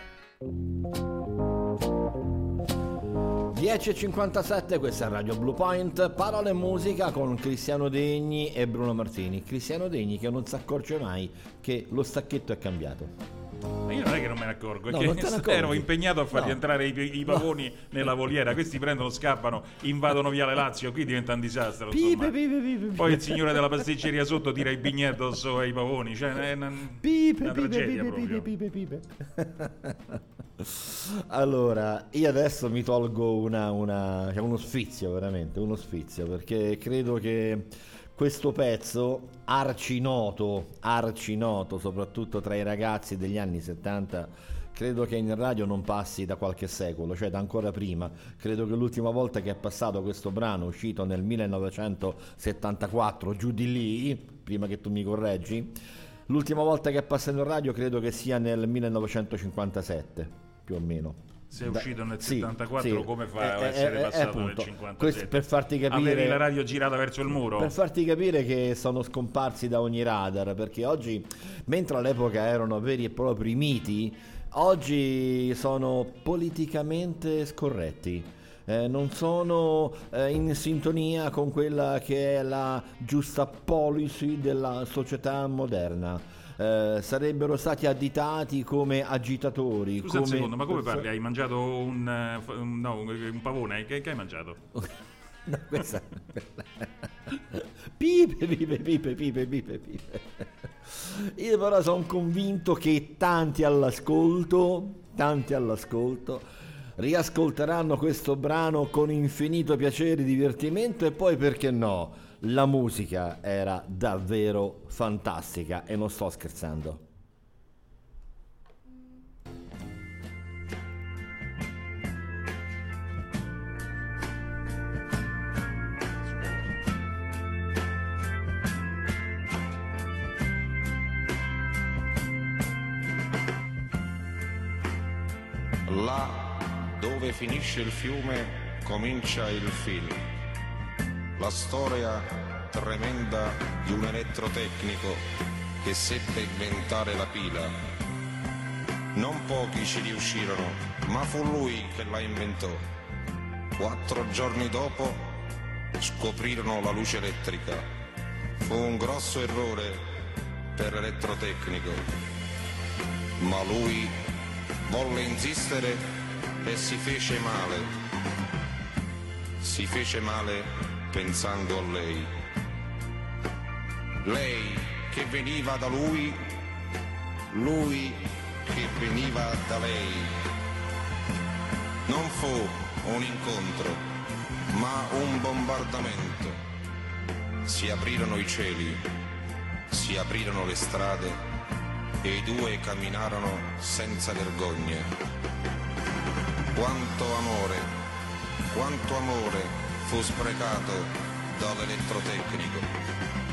it. dieci e cinquantasette, questa è Radio Blue Point, parole e musica con Cristiano Degni e Bruno Martini. Cristiano Degni che non si accorge mai che lo stacchetto è cambiato. Ma io non è che non me ne accorgo, è No, che non te ne accorgi. ero impegnato a fargli No. entrare i, i pavoni nella voliera. Questi prendono, scappano, invadono via le Lazio, qui diventa un disastro. insomma. Pipe, pipe, pipe, Poi il signore della pasticceria sotto tira i bignè addosso ai pavoni, cioè è una, Pipe, una pipe, tragedia pipe, proprio. pipe, pipe, pipe. Allora, io adesso mi tolgo una, una, cioè uno sfizio, veramente, uno sfizio, perché credo che questo pezzo arcinoto, arcinoto, soprattutto tra i ragazzi degli anni settanta, credo che in radio non passi da qualche secolo, cioè da ancora prima. Credo che l'ultima volta che è passato questo brano, uscito nel millenovecentosettantaquattro, giù di lì, prima che tu mi correggi, l'ultima volta che è passato in radio credo che sia nel millenovecentocinquantasette, più o meno. Se è Da- uscito nel sì, settantaquattro, sì. come fa a Eh, essere eh, eh, passato appunto. nel cinquantasette? Questo per farti capire, Avevi la radio girata verso il muro? per farti capire che sono scomparsi da ogni radar, perché oggi, mentre all'epoca erano veri e propri miti, oggi sono politicamente scorretti. Eh, non sono eh, in sintonia con quella che è la giusta policy della società moderna. Eh, sarebbero stati additati come agitatori. Scusa come un secondo, ma come perso- parli? Hai mangiato un, eh, f- un- no, un, un pavone? Che, che hai mangiato? No, questa... pipe, pipe, pipe, pipe, pipe, pipe. Io però sono convinto che tanti all'ascolto, tanti all'ascolto, riascolteranno questo brano con infinito piacere e divertimento, e poi perché no, la musica era davvero fantastica e non sto scherzando. Là dove finisce il fiume comincia il film. La storia tremenda di un elettrotecnico che seppe inventare la pila. Non pochi ci riuscirono, ma fu lui che la inventò. Quattro giorni dopo scoprirono la luce elettrica. Fu un grosso errore per l'elettrotecnico, ma lui volle insistere e si fece male. Si fece male pensando a lei. Lei che veniva da lui, lui che veniva da lei. Non fu un incontro, ma un bombardamento. Si aprirono i cieli, si aprirono le strade e i due camminarono senza vergogne. Quanto amore, quanto amore fu sprecato dall'elettrotecnico.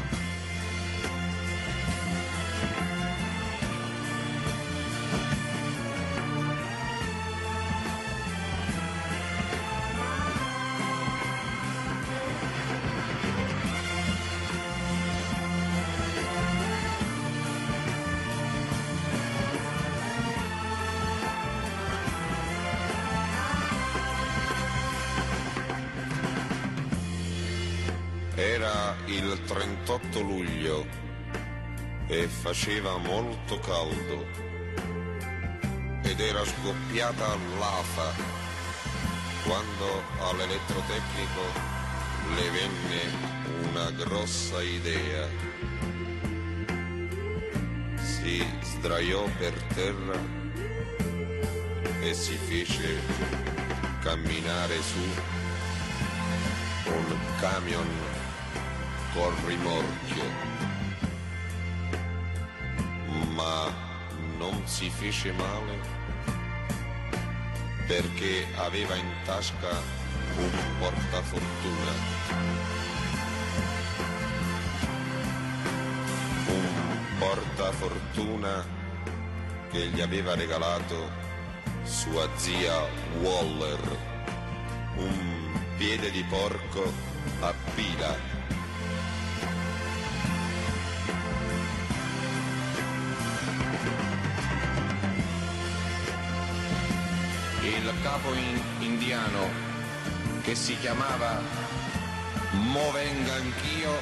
Era il trentotto luglio e faceva molto caldo ed era scoppiata l'afa quando all'elettrotecnico le venne una grossa idea. Si sdraiò per terra e si fece camminare su un camion col rimorchio, ma non si fece male perché aveva in tasca un portafortuna, un portafortuna che gli aveva regalato sua zia Waller, un piede di porco a pila. Il capo in- indiano che si chiamava Mo venga anch'io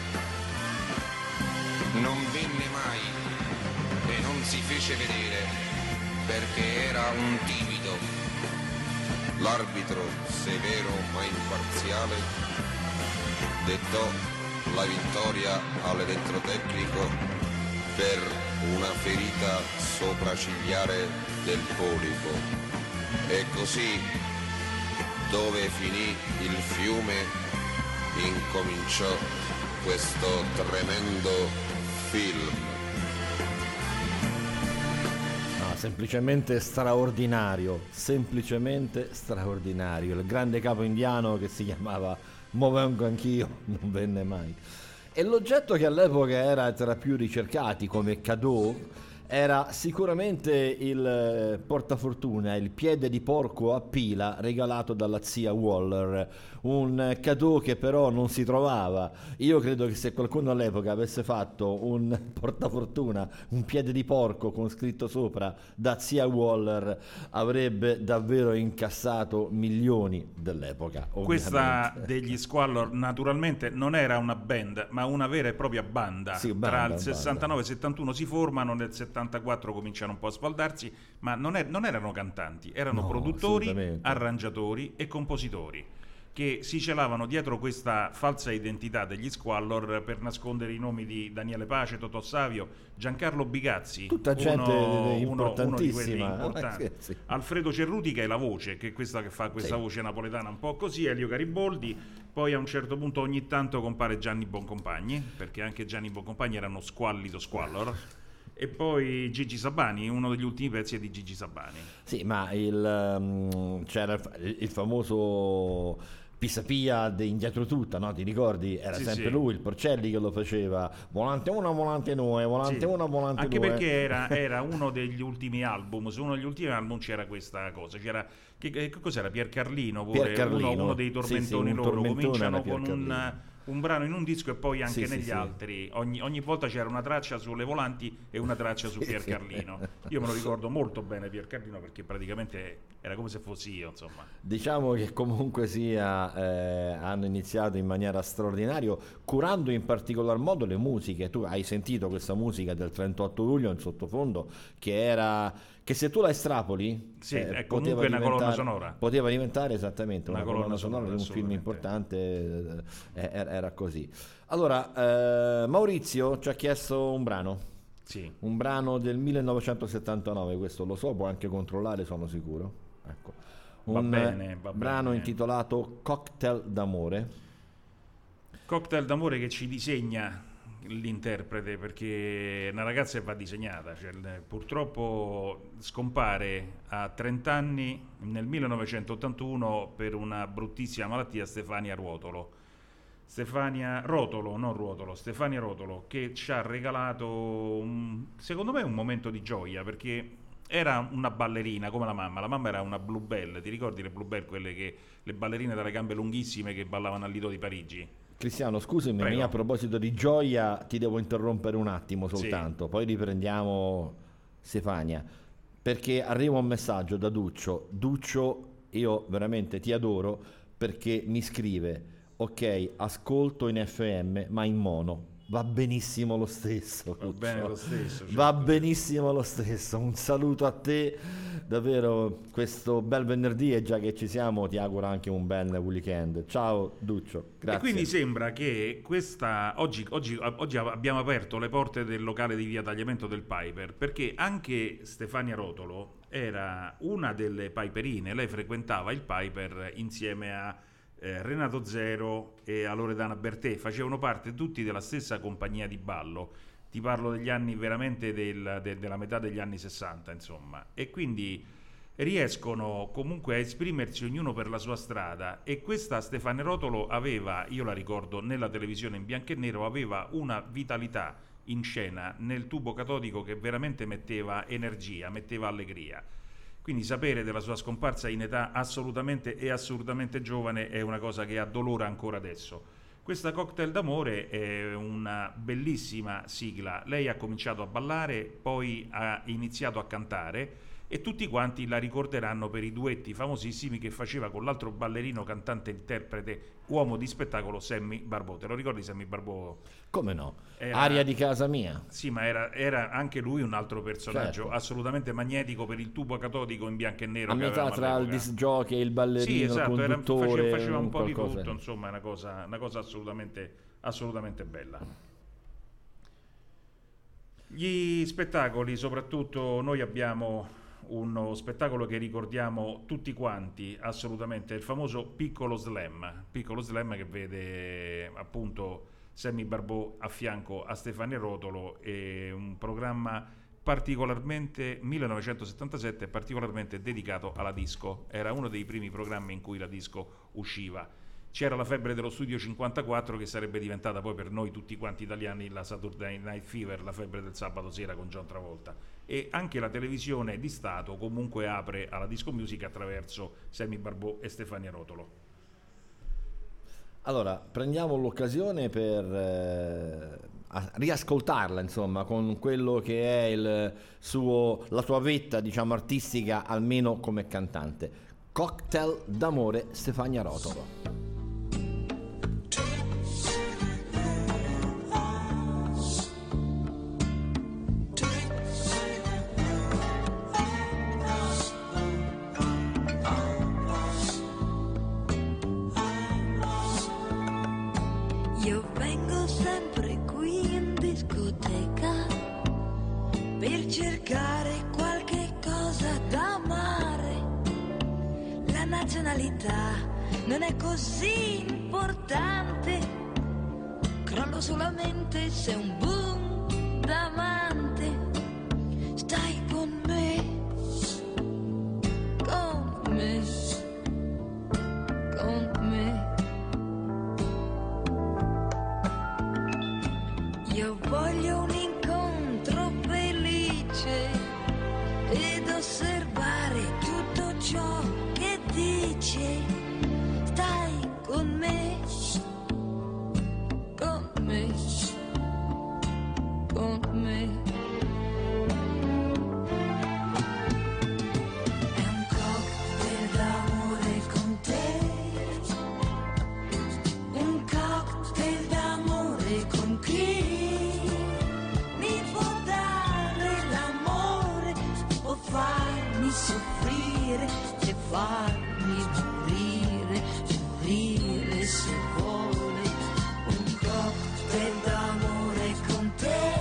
non venne mai e non si fece vedere perché era un timido. L'arbitro, severo ma imparziale, dettò la vittoria all'elettrotecnico per una ferita sopraccigliare del polipo. E così, dove finì il fiume, incominciò questo tremendo film. Semplicemente straordinario, semplicemente straordinario. Il grande capo indiano che si chiamava Mo vengo anch'io, non venne mai. E l'oggetto che all'epoca era tra più ricercati come cadeau era sicuramente il portafortuna, il piede di porco a pila regalato dalla zia Waller, un cadeau che però non si trovava. Io credo che se qualcuno all'epoca avesse fatto un portafortuna, un piede di porco con scritto sopra da zia Waller, avrebbe davvero incassato milioni dell'epoca. Ovviamente. Questa degli Squallor naturalmente non era una band, ma una vera e propria banda. Sì, banda, Tra il banda. sessantanove e il settantuno si formano, nel settantaquattro cominciano un po' a sfaldarsi, ma non, è- non erano cantanti, erano No, produttori, assolutamente. arrangiatori e compositori che si celavano dietro questa falsa identità degli Squallor per nascondere i nomi di Daniele Pace, Totò Savio, Giancarlo Bigazzi, Tutta gente uno, uno, uno di quelli importantissima. importanti, Eh, sì. Alfredo Cerruti che è la voce, che è questa che fa questa Sì. voce napoletana un po' così, Elio Gariboldi, poi a un certo punto ogni tanto compare Gianni Boncompagni, perché anche Gianni Boncompagni era uno squallido Squallor, e poi Gigi Sabani, uno degli ultimi pezzi è di Gigi Sabani. Sì, ma il, um, c'era il, il famoso Pisapia di Indietro Tutta, no? Ti ricordi? Era Sì, sempre sì. lui, il Porcelli, che lo faceva. Volante uno, volante due, volante Sì. uno, volante Anche due. perché era, era uno degli ultimi album, su uno degli ultimi album c'era questa cosa, c'era che, che cos'era? Pier Carlino, pure, Pier Carlino. Uno, uno dei Sì, tormentoni sì, un loro, tormentone cominciano era Pier con un, Carlino. un brano in un disco e poi anche Sì, sì, negli sì. altri, ogni, ogni volta c'era una traccia sulle volanti e una traccia su Sì, Pier sì. Carlino. Io me lo ricordo molto bene Pier Carlino perché praticamente era come se fossi io, insomma. Diciamo che comunque sia eh, hanno iniziato in maniera straordinaria, curando in particolar modo le musiche. Tu hai sentito questa musica del trentotto luglio in sottofondo, che era che se tu la estrapoli Sì, eh, è poteva comunque una colonna diventare- sonora. poteva diventare esattamente una, Una colonna, colonna sonora di un sonora, film assolutamente. importante, eh, era era così. Allora, eh, Maurizio ci ha chiesto un brano. Sì. Un brano del millenovecentosettantanove, questo lo so, può anche controllare, sono sicuro. Ecco. Va Un bene, va brano bene. intitolato Cocktail d'amore. Cocktail d'amore che ci disegna l'interprete, perché è una ragazza che va disegnata, cioè, il- purtroppo scompare a trenta anni nel millenovecentottantuno per una bruttissima malattia Stefania Ruotolo. Stefania Rotolo, non Ruotolo, Stefania Rotolo, che ci ha regalato un- secondo me un momento di gioia, perché era una ballerina come la mamma, la mamma era una Bluebell, ti ricordi le Bluebell, quelle che le ballerine dalle gambe lunghissime che ballavano al Lido di Parigi? Cristiano, scusami, Prego. a proposito di gioia ti devo interrompere un attimo soltanto, poi riprendiamo Stefania, perché arriva un messaggio da Duccio. Duccio, io veramente ti adoro perché mi scrive: ok, ascolto in F M ma in mono, Va benissimo lo stesso. Va bene lo stesso. Certo. Va benissimo lo stesso. Un saluto a te. Davvero questo bel venerdì, e già che ci siamo ti auguro anche un bel weekend. Ciao Duccio, grazie. E quindi sembra che questa oggi, oggi, oggi abbiamo aperto le porte del locale di via Tagliamento del Piper, perché anche Stefania Rotolo era una delle Piperine. Lei frequentava il Piper insieme a Eh, Renato Zero e a Loredana Bertè, facevano parte tutti della stessa compagnia di ballo. Ti parlo degli anni veramente del, de, della metà degli anni sessanta, insomma, e quindi riescono comunque a esprimersi ognuno per la sua strada. E questa Stefania Rotolo aveva, io la ricordo nella televisione in bianco e nero, aveva una vitalità in scena nel tubo catodico che veramente metteva energia, metteva allegria. Quindi sapere della sua scomparsa in età assolutamente e assolutamente giovane è una cosa che addolora ancora adesso. Questa Cocktail d'amore è una bellissima sigla. Lei ha cominciato a ballare, poi ha iniziato a cantare, e tutti quanti la ricorderanno per i duetti famosissimi che faceva con l'altro ballerino, cantante, interprete, uomo di spettacolo Sammy Barbò. Te lo ricordi Sammy Barbò? Come no? Era... Aria di casa mia. Sì, ma era, era anche lui un altro personaggio, certo, assolutamente magnetico per il tubo catodico in bianco e nero. A metà tra il disc jockey, il ballerino, sì, esatto, il conduttore, era, faceva, faceva un po' qualcosa. di tutto, insomma, è una cosa, una cosa assolutamente, assolutamente bella. Gli spettacoli, soprattutto noi abbiamo uno spettacolo che ricordiamo tutti quanti assolutamente, il famoso Piccolo Slam, Piccolo Slam che vede appunto Sammy Barbò a fianco a Stefania Rotolo, e un programma particolarmente millenovecentosettantasette, particolarmente dedicato alla disco. Era uno dei primi programmi in cui la disco usciva. C'era la febbre dello Studio cinquantaquattro, che sarebbe diventata poi per noi tutti quanti italiani la Saturday Night Fever, la febbre del sabato sera con John Travolta. E anche la televisione di Stato comunque apre alla disco music attraverso Sammy Barbò e Stefania Rotolo. Allora, prendiamo l'occasione per eh, riascoltarla, insomma, con quello che è il suo, la sua vetta, diciamo, artistica, almeno come cantante. Cocktail d'amore, Stefania Rotolo. Io vengo sempre qui in discoteca per cercare qualche cosa da amare. La nazionalità non è così importante, crollo solamente se un boom d'amante. Stai con me, con me, con me. Io voglio un incontro felice ed osservare tutto ciò che dice. Stai con me, con me, con me. È un cocktail d'amore con te, un cocktail d'amore con chi? Farmi soffrire e farmi morire, morire se vuole. Un cocktail d'amore con te,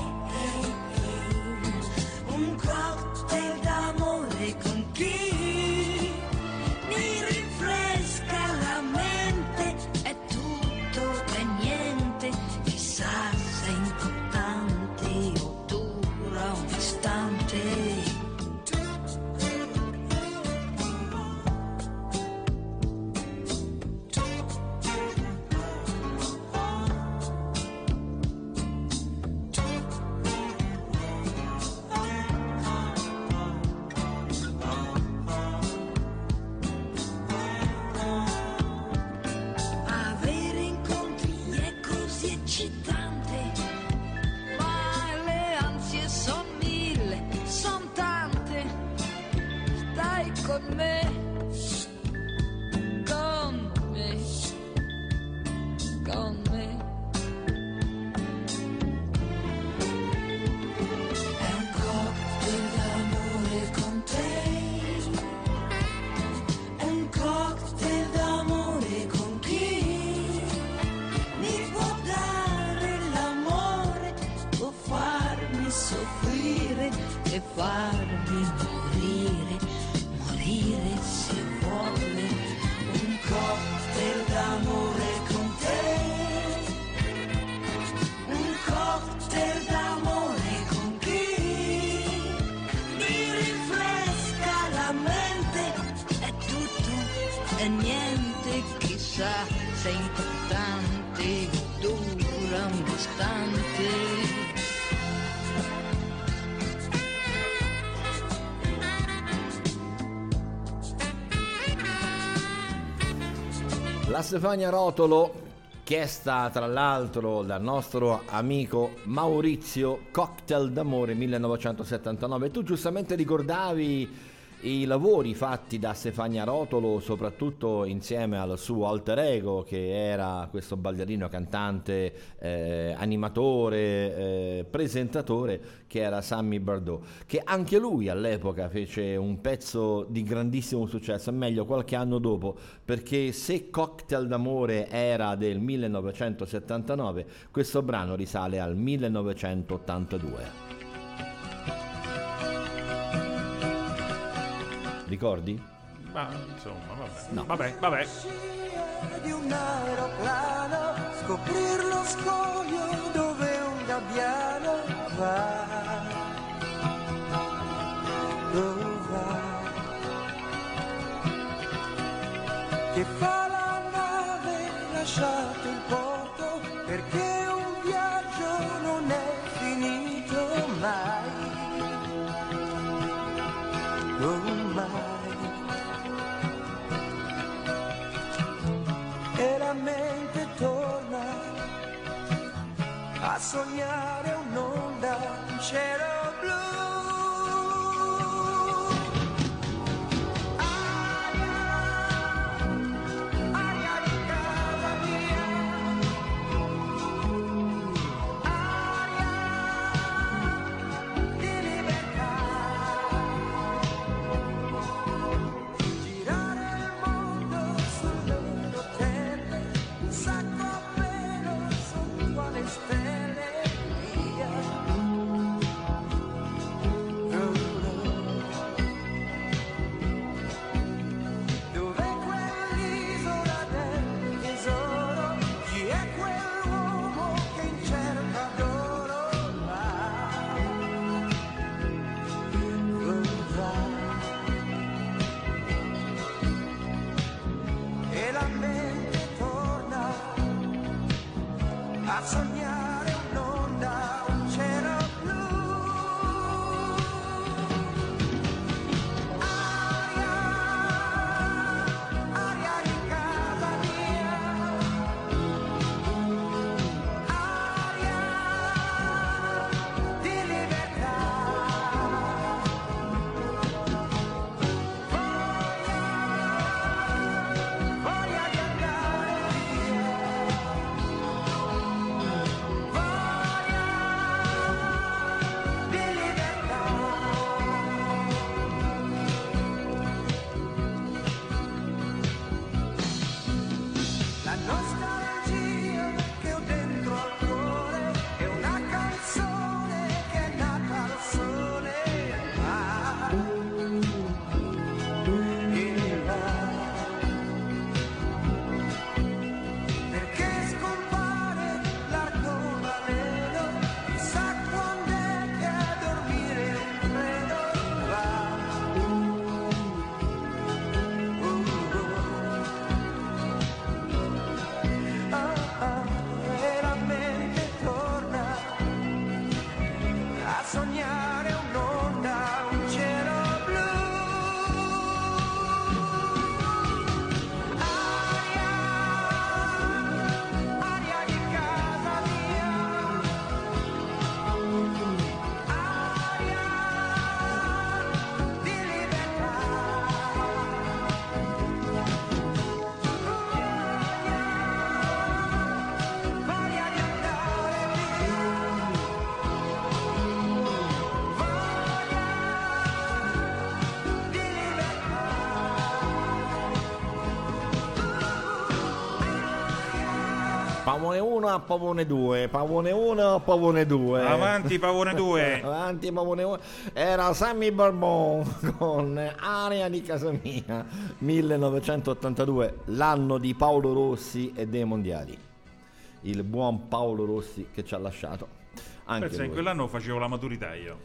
un cocktail d'amore con chi mi rinfresca la mente. È tutto e niente, chissà se è importante o dura un istante. e niente chissà se è importante, dura un istante. La Stefania Rotolo, chiesta tra l'altro dal nostro amico Maurizio, Cocktail d'amore millenovecentosettantanove. Tu giustamente ricordavi i lavori fatti da Stefania Rotolo, soprattutto insieme al suo alter ego, che era questo ballerino, cantante, eh, animatore, eh, presentatore, che era Sammy Bardot, che anche lui all'epoca fece un pezzo di grandissimo successo, meglio qualche anno dopo, perché se Cocktail d'amore era del millenovecentosettantanove, questo brano risale al millenovecentottantadue. Ricordi? Ma insomma, vabbè. No. Vabbè, vabbè. Di un aeroplano, scoprir lo scoglio dove un gabbiano va. Dove va? Che fa la nave lasciato il porto, perché un viaggio non è finito mai. Ormai. E la mente torna a sognare un'onda, un cielo blu. Aria, aria di casa mia. Aria di libertà. Girare il mondo sulle rotelle, un sacco a pelo sotto alle stelle, via. Dov'è quell'isola del tesoro? Chi è quell'uomo che in cerca d'oro va? Dove va? E la mente torna a sognare un'onda, un cielo blu. Aria, aria di casa mia. Aria di libertà. Voglia di andare via, voglia di libertà. La nostalgia che ho dentro al cuore è una canzone che è nata al sole. Va e va. Perché scompare l'arcobaleno, chissà quando è che a dormire un treno va. Ah, ah, e la mente torna a sognare un'onda, un cielo blu. Aria, aria di casa mia. Aria di libertà. Voglia di andare via. Voglia di libertà. Pavone uno a Pavone due, Pavone uno a Pavone due. Avanti Pavone due. Avanti Pavone uno. Era Sammy Barbon con Aria di casa mia, millenovecentottantadue, l'anno di Paolo Rossi e dei mondiali. Il buon Paolo Rossi che ci ha lasciato. Anche Pensa, in lui. quell'anno facevo la maturità io.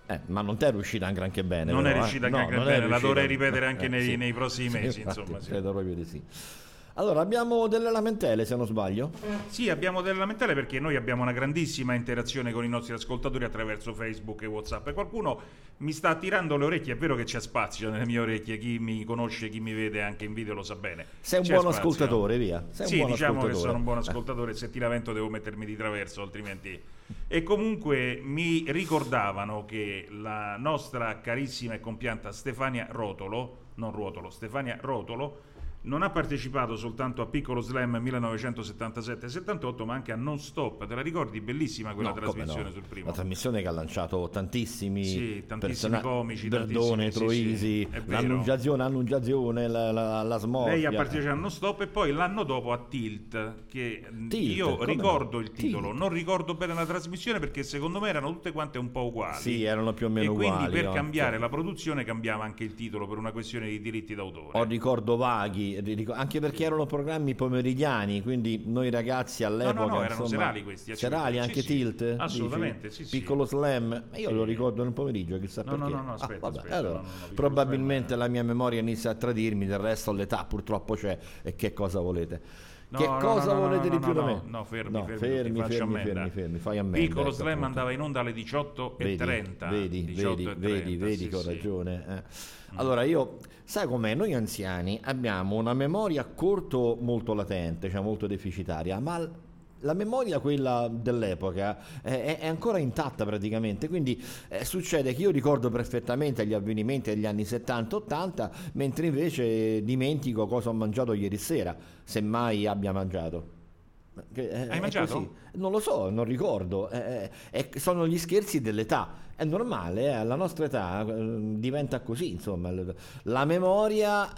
Eh, ma non ti è riuscita granché bene. Non però, è riuscita eh? granché no, bene, è la riuscita. dovrei ripetere anche Eh, nei, sì. nei prossimi Sì, mesi, infatti, insomma. Sì. credo proprio di sì. Allora, abbiamo delle lamentele, se non sbaglio. Sì, abbiamo delle lamentele perché noi abbiamo una grandissima interazione con i nostri ascoltatori attraverso Facebook e WhatsApp. E qualcuno mi sta tirando le orecchie, è vero che c'è spazio nelle mie orecchie, chi mi conosce, chi mi vede anche in video lo sa bene. Sei un C'è buono spazio. ascoltatore, via. Sei un sì, buon diciamo che ascoltatore. sono un buon ascoltatore, se ti lamento devo mettermi di traverso, altrimenti... E comunque mi ricordavano che la nostra carissima e compianta Stefania Rotolo, non Ruotolo, Stefania Rotolo, non ha partecipato soltanto a Piccolo Slam millenovecentosettantasette settantotto, ma anche a Non Stop. Te la ricordi? Bellissima quella No, come trasmissione no. sul primo. La trasmissione che ha lanciato tantissimi, Sì, tantissimi persona- comici, Verdone, tantissimi, sì, Troisi, sì, è vero. l'annunciazione, annunciazione, la, la, la smorfia. Lei ha partecipato a Non Stop e poi l'anno dopo a Tilt, che Tilt, io come ricordo no? il titolo, Tilt. non ricordo bene la trasmissione perché secondo me erano tutte quante un po' uguali. Sì, erano più o meno e quindi uguali, per no? cambiare Sì. la produzione cambiava anche il titolo per una questione di diritti d'autore. Ho ricordo vaghi, ric- anche perché erano programmi pomeridiani, quindi noi ragazzi all'epoca... no, no, erano insomma, serali questi, serali, sì, anche sì, Tilt? assolutamente, dici? sì, sì. Piccolo Slam? Ma io Sì. lo ricordo nel pomeriggio, chissà No, no, perché. no, no, aspetta, Ah, vabbè, aspetta, allora, no, no, no, Piccolo probabilmente Slam, la mia memoria inizia a tradirmi, del resto l'età purtroppo c'è, e che cosa volete? No, che no, cosa no, no, volete no, di no, più da no, me? no, fermi, No, fermi, fermi, ti faccio fermi, ammenda. fermi, fermi, fai ammenda. Piccolo ecco, Slam appunto. andava in onda alle diciotto e Vedi, trenta. vedi, diciotto vedi, e vedi, trenta, vedi sì, che ho sì. ragione. eh. Allora io, sai com'è? Noi anziani abbiamo una memoria a corto molto latente, cioè molto deficitaria, ma l- la memoria, quella dell'epoca, eh, è, è ancora intatta praticamente, quindi eh, succede che io ricordo perfettamente gli avvenimenti degli anni settanta ottanta, mentre invece dimentico cosa ho mangiato ieri sera, se mai abbia mangiato. Che, eh, Hai è mangiato? così. Non lo so, non ricordo. Eh, eh, sono gli scherzi dell'età. È normale, eh, alla nostra età eh, diventa così, insomma. l- La memoria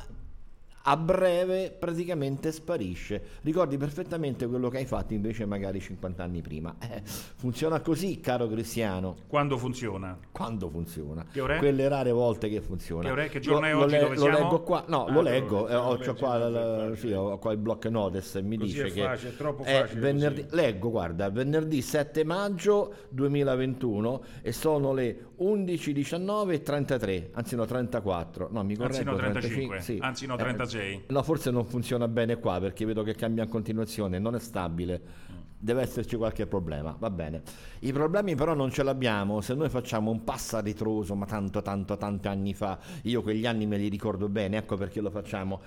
a breve praticamente sparisce. Ricordi perfettamente quello che hai fatto invece magari cinquanta anni prima. Eh, funziona così, caro Cristiano. Quando funziona? Quando funziona? Che ora è? Quelle rare volte che funziona. Che ora è? Che giorno è Lo- oggi? Lo, Dove lo siamo? leggo qua. No, Ah, lo te lo leggo. leggi, eh, ho, lo c'ho leggi, qua, non il- è sì, ho qua il block notice e mi Così dice è che facile, è troppo è facile venerdì. così. Leggo, guarda, venerdì sette maggio duemilaventuno e sono le undici diciannove e trentatré, anzi no trentaquattro. No, mi correggo, Anzi no, trentacinque, trentacinque, sì. anzi no, Eh, trentasei. no, forse non funziona bene qua perché vedo che cambia in continuazione, non è stabile. Deve esserci qualche problema, va bene. I problemi però non ce l'abbiamo se noi facciamo un passo a ritroso, ma tanto tanto tanti anni fa. Io quegli anni me li ricordo bene, ecco perché lo facciamo.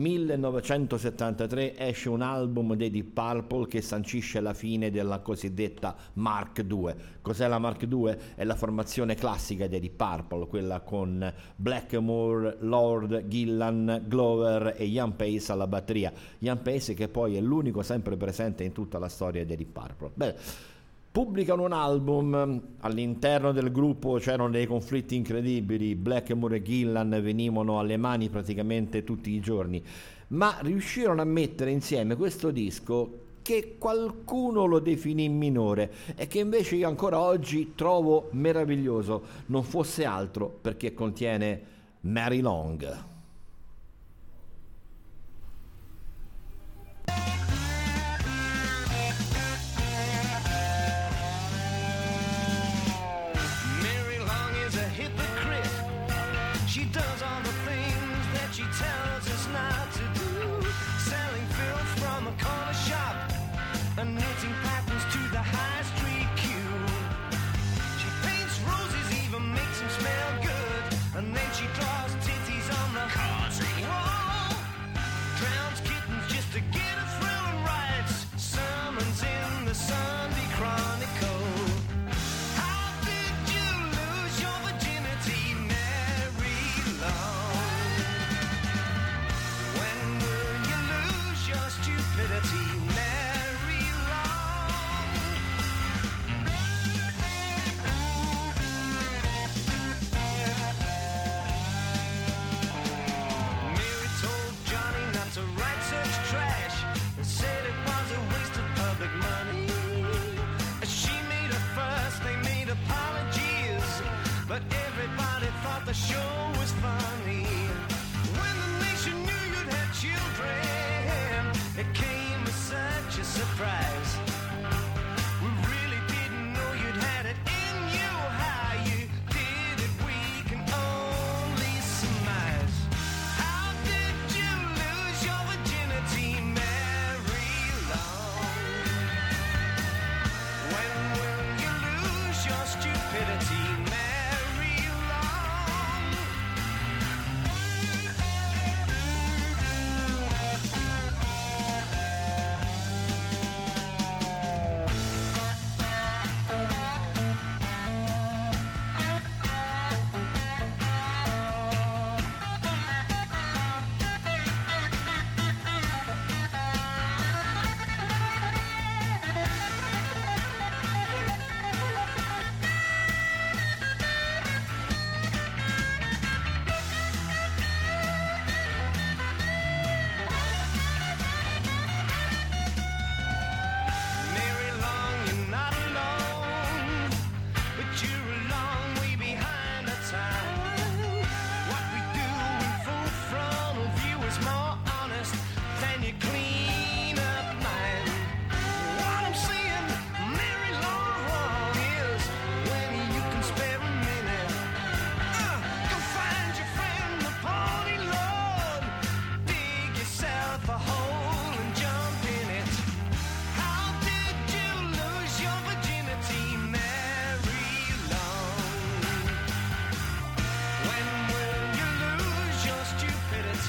millenovecentosettantatré esce un album dei Deep Purple che sancisce la fine della cosiddetta Mark due. Cos'è la Mark due? È la formazione classica dei Deep Purple, quella con Blackmore, Lord, Gillan, Glover e Ian Pace alla batteria. Ian Pace che poi è l'unico sempre presente in tutta la storia dei Deep Purple. Beh, pubblicano un album, all'interno del gruppo c'erano dei conflitti incredibili, Blackmore e Gillan venivano alle mani praticamente tutti i giorni, ma riuscirono a mettere insieme questo disco che qualcuno lo definì minore e che invece io ancora oggi trovo meraviglioso, non fosse altro perché contiene Mary Long. Mary Long is a hypocrite. She does all the things that she tells us not to do. Selling filth from a corner shop and knitting patterns to the high street queue. She paints roses, even makes them smell good. And then she draws titties on the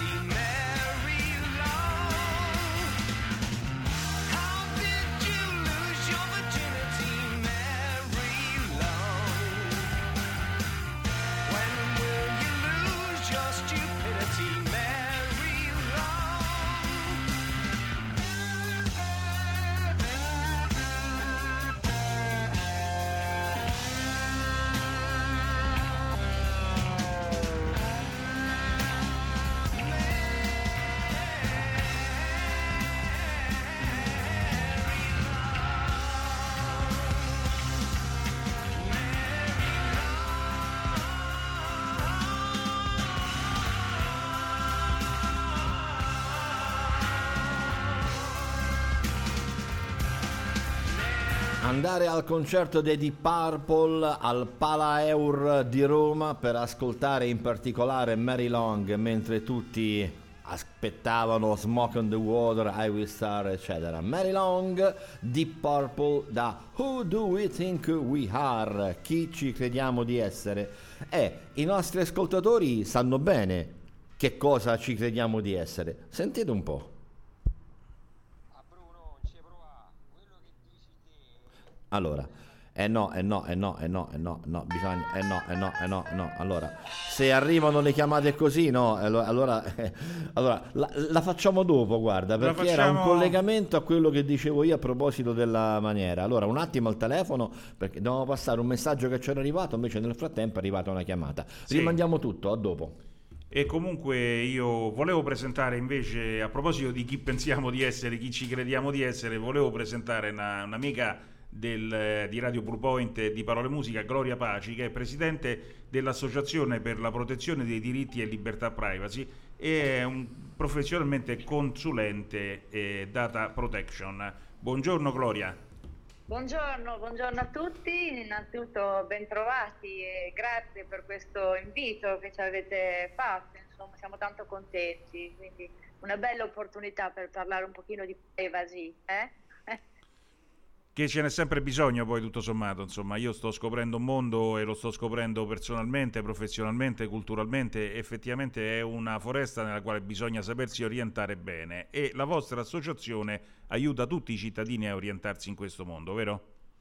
Mary Long. How did you lose your virginity, Mary Long? When will you lose your stupidity, Mary Long? Andare al concerto dei Deep Purple al Palaeur di Roma per ascoltare in particolare Mary Long mentre tutti aspettavano Smoke on the Water, I Will Star, eccetera. Mary Long, Deep Purple da Who Do We Think We Are? Chi ci crediamo di essere? E i nostri ascoltatori sanno bene che cosa ci crediamo di essere. Sentite un po'. Allora, eh no, eh no, eh no, eh no, eh no, no, bisogna, eh no, eh no, eh no, no. Allora, se arrivano le chiamate così, no, allora, eh, allora la, la facciamo dopo, guarda, perché facciamo... era un collegamento a quello che dicevo io a proposito della maniera. Allora, un attimo al telefono, perché dobbiamo passare un messaggio che c'era arrivato, invece nel frattempo è arrivata una chiamata. Sì. Rimandiamo tutto, a dopo. E comunque io volevo presentare invece, a proposito di chi pensiamo di essere, chi ci crediamo di essere, volevo presentare una, un'amica del, di Radio Blue Point e di Parole Musica, Gloria Paci, che è presidente dell'Associazione per la protezione dei diritti e libertà privacy e è un professionalmente consulente eh, data protection. Buongiorno Gloria. Buongiorno, buongiorno a tutti, innanzitutto bentrovati e grazie per questo invito che ci avete fatto, insomma siamo tanto contenti, quindi una bella opportunità per parlare un pochino di privacy, eh? Che ce n'è sempre bisogno poi tutto sommato, insomma io sto scoprendo un mondo e lo sto scoprendo personalmente, professionalmente, culturalmente, effettivamente è una foresta nella quale bisogna sapersi orientare bene e la vostra associazione aiuta tutti i cittadini a orientarsi in questo mondo, vero?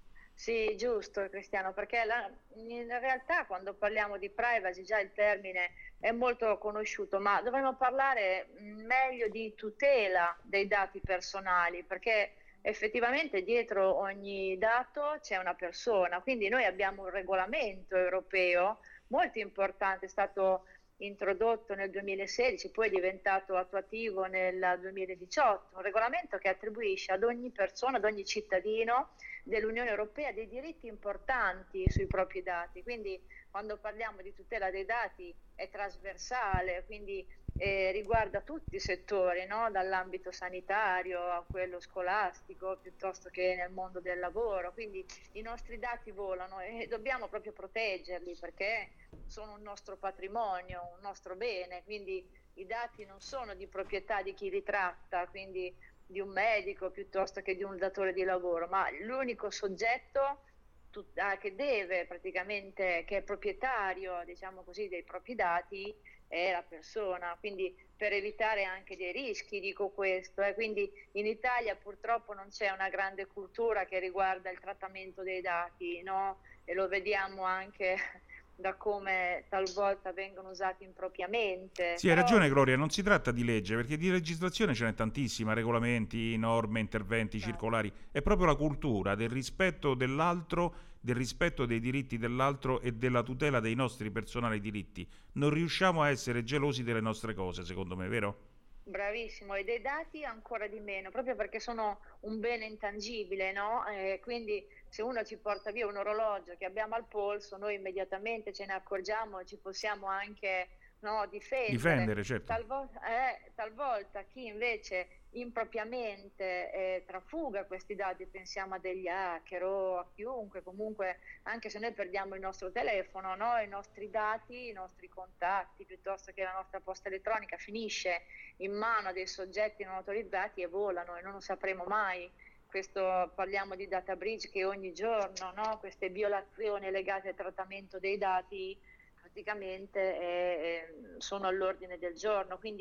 Sì, giusto Cristiano, perché la, in realtà quando parliamo di privacy già il termine è molto conosciuto, ma dovremmo parlare meglio di tutela dei dati personali, perché effettivamente dietro ogni dato c'è una persona, quindi noi abbiamo un regolamento europeo molto importante, è stato introdotto nel duemilasedici, poi è diventato attuativo nel duemiladiciotto, un regolamento che attribuisce ad ogni persona, ad ogni cittadino dell'Unione Europea dei diritti importanti sui propri dati, quindi quando parliamo di tutela dei dati è trasversale, quindi eh, riguarda tutti i settori, no? Dall'ambito sanitario a quello scolastico piuttosto che nel mondo del lavoro, quindi i nostri dati volano e dobbiamo proprio proteggerli perché sono un nostro patrimonio, un nostro bene, quindi i dati non sono di proprietà di chi li tratta, quindi di un medico piuttosto che di un datore di lavoro, ma l'unico soggetto tut- ah, che deve praticamente, che è proprietario, diciamo così, dei propri dati è la persona, quindi per evitare anche dei rischi dico questo, eh. Quindi in Italia purtroppo non c'è una grande cultura che riguarda il trattamento dei dati, no? E lo vediamo anche da come talvolta vengono usati impropriamente. Sì, hai ragione Gloria, non si tratta di legge, perché di legislazione ce n'è tantissima, regolamenti, norme, interventi, certo, circolari, è proprio la cultura del rispetto dell'altro, del rispetto dei diritti dell'altro e della tutela dei nostri personali diritti. Non riusciamo a essere gelosi delle nostre cose, secondo me, vero? Bravissimo, e dei dati ancora di meno, proprio perché sono un bene intangibile, no? Eh, quindi se uno ci porta via un orologio che abbiamo al polso, noi immediatamente ce ne accorgiamo e ci possiamo anche, no, difendere. Difendere, certo. Talvolta, eh, talvolta chi invece impropriamente eh, trafuga questi dati, pensiamo a degli hacker o a chiunque, comunque anche se noi perdiamo il nostro telefono, no? I nostri dati, i nostri contatti, piuttosto che la nostra posta elettronica finisce in mano a dei soggetti non autorizzati e volano e non lo sapremo mai. Questo, parliamo di data breach che ogni giorno, no? Queste violazioni legate al trattamento dei dati praticamente eh, sono all'ordine del giorno, quindi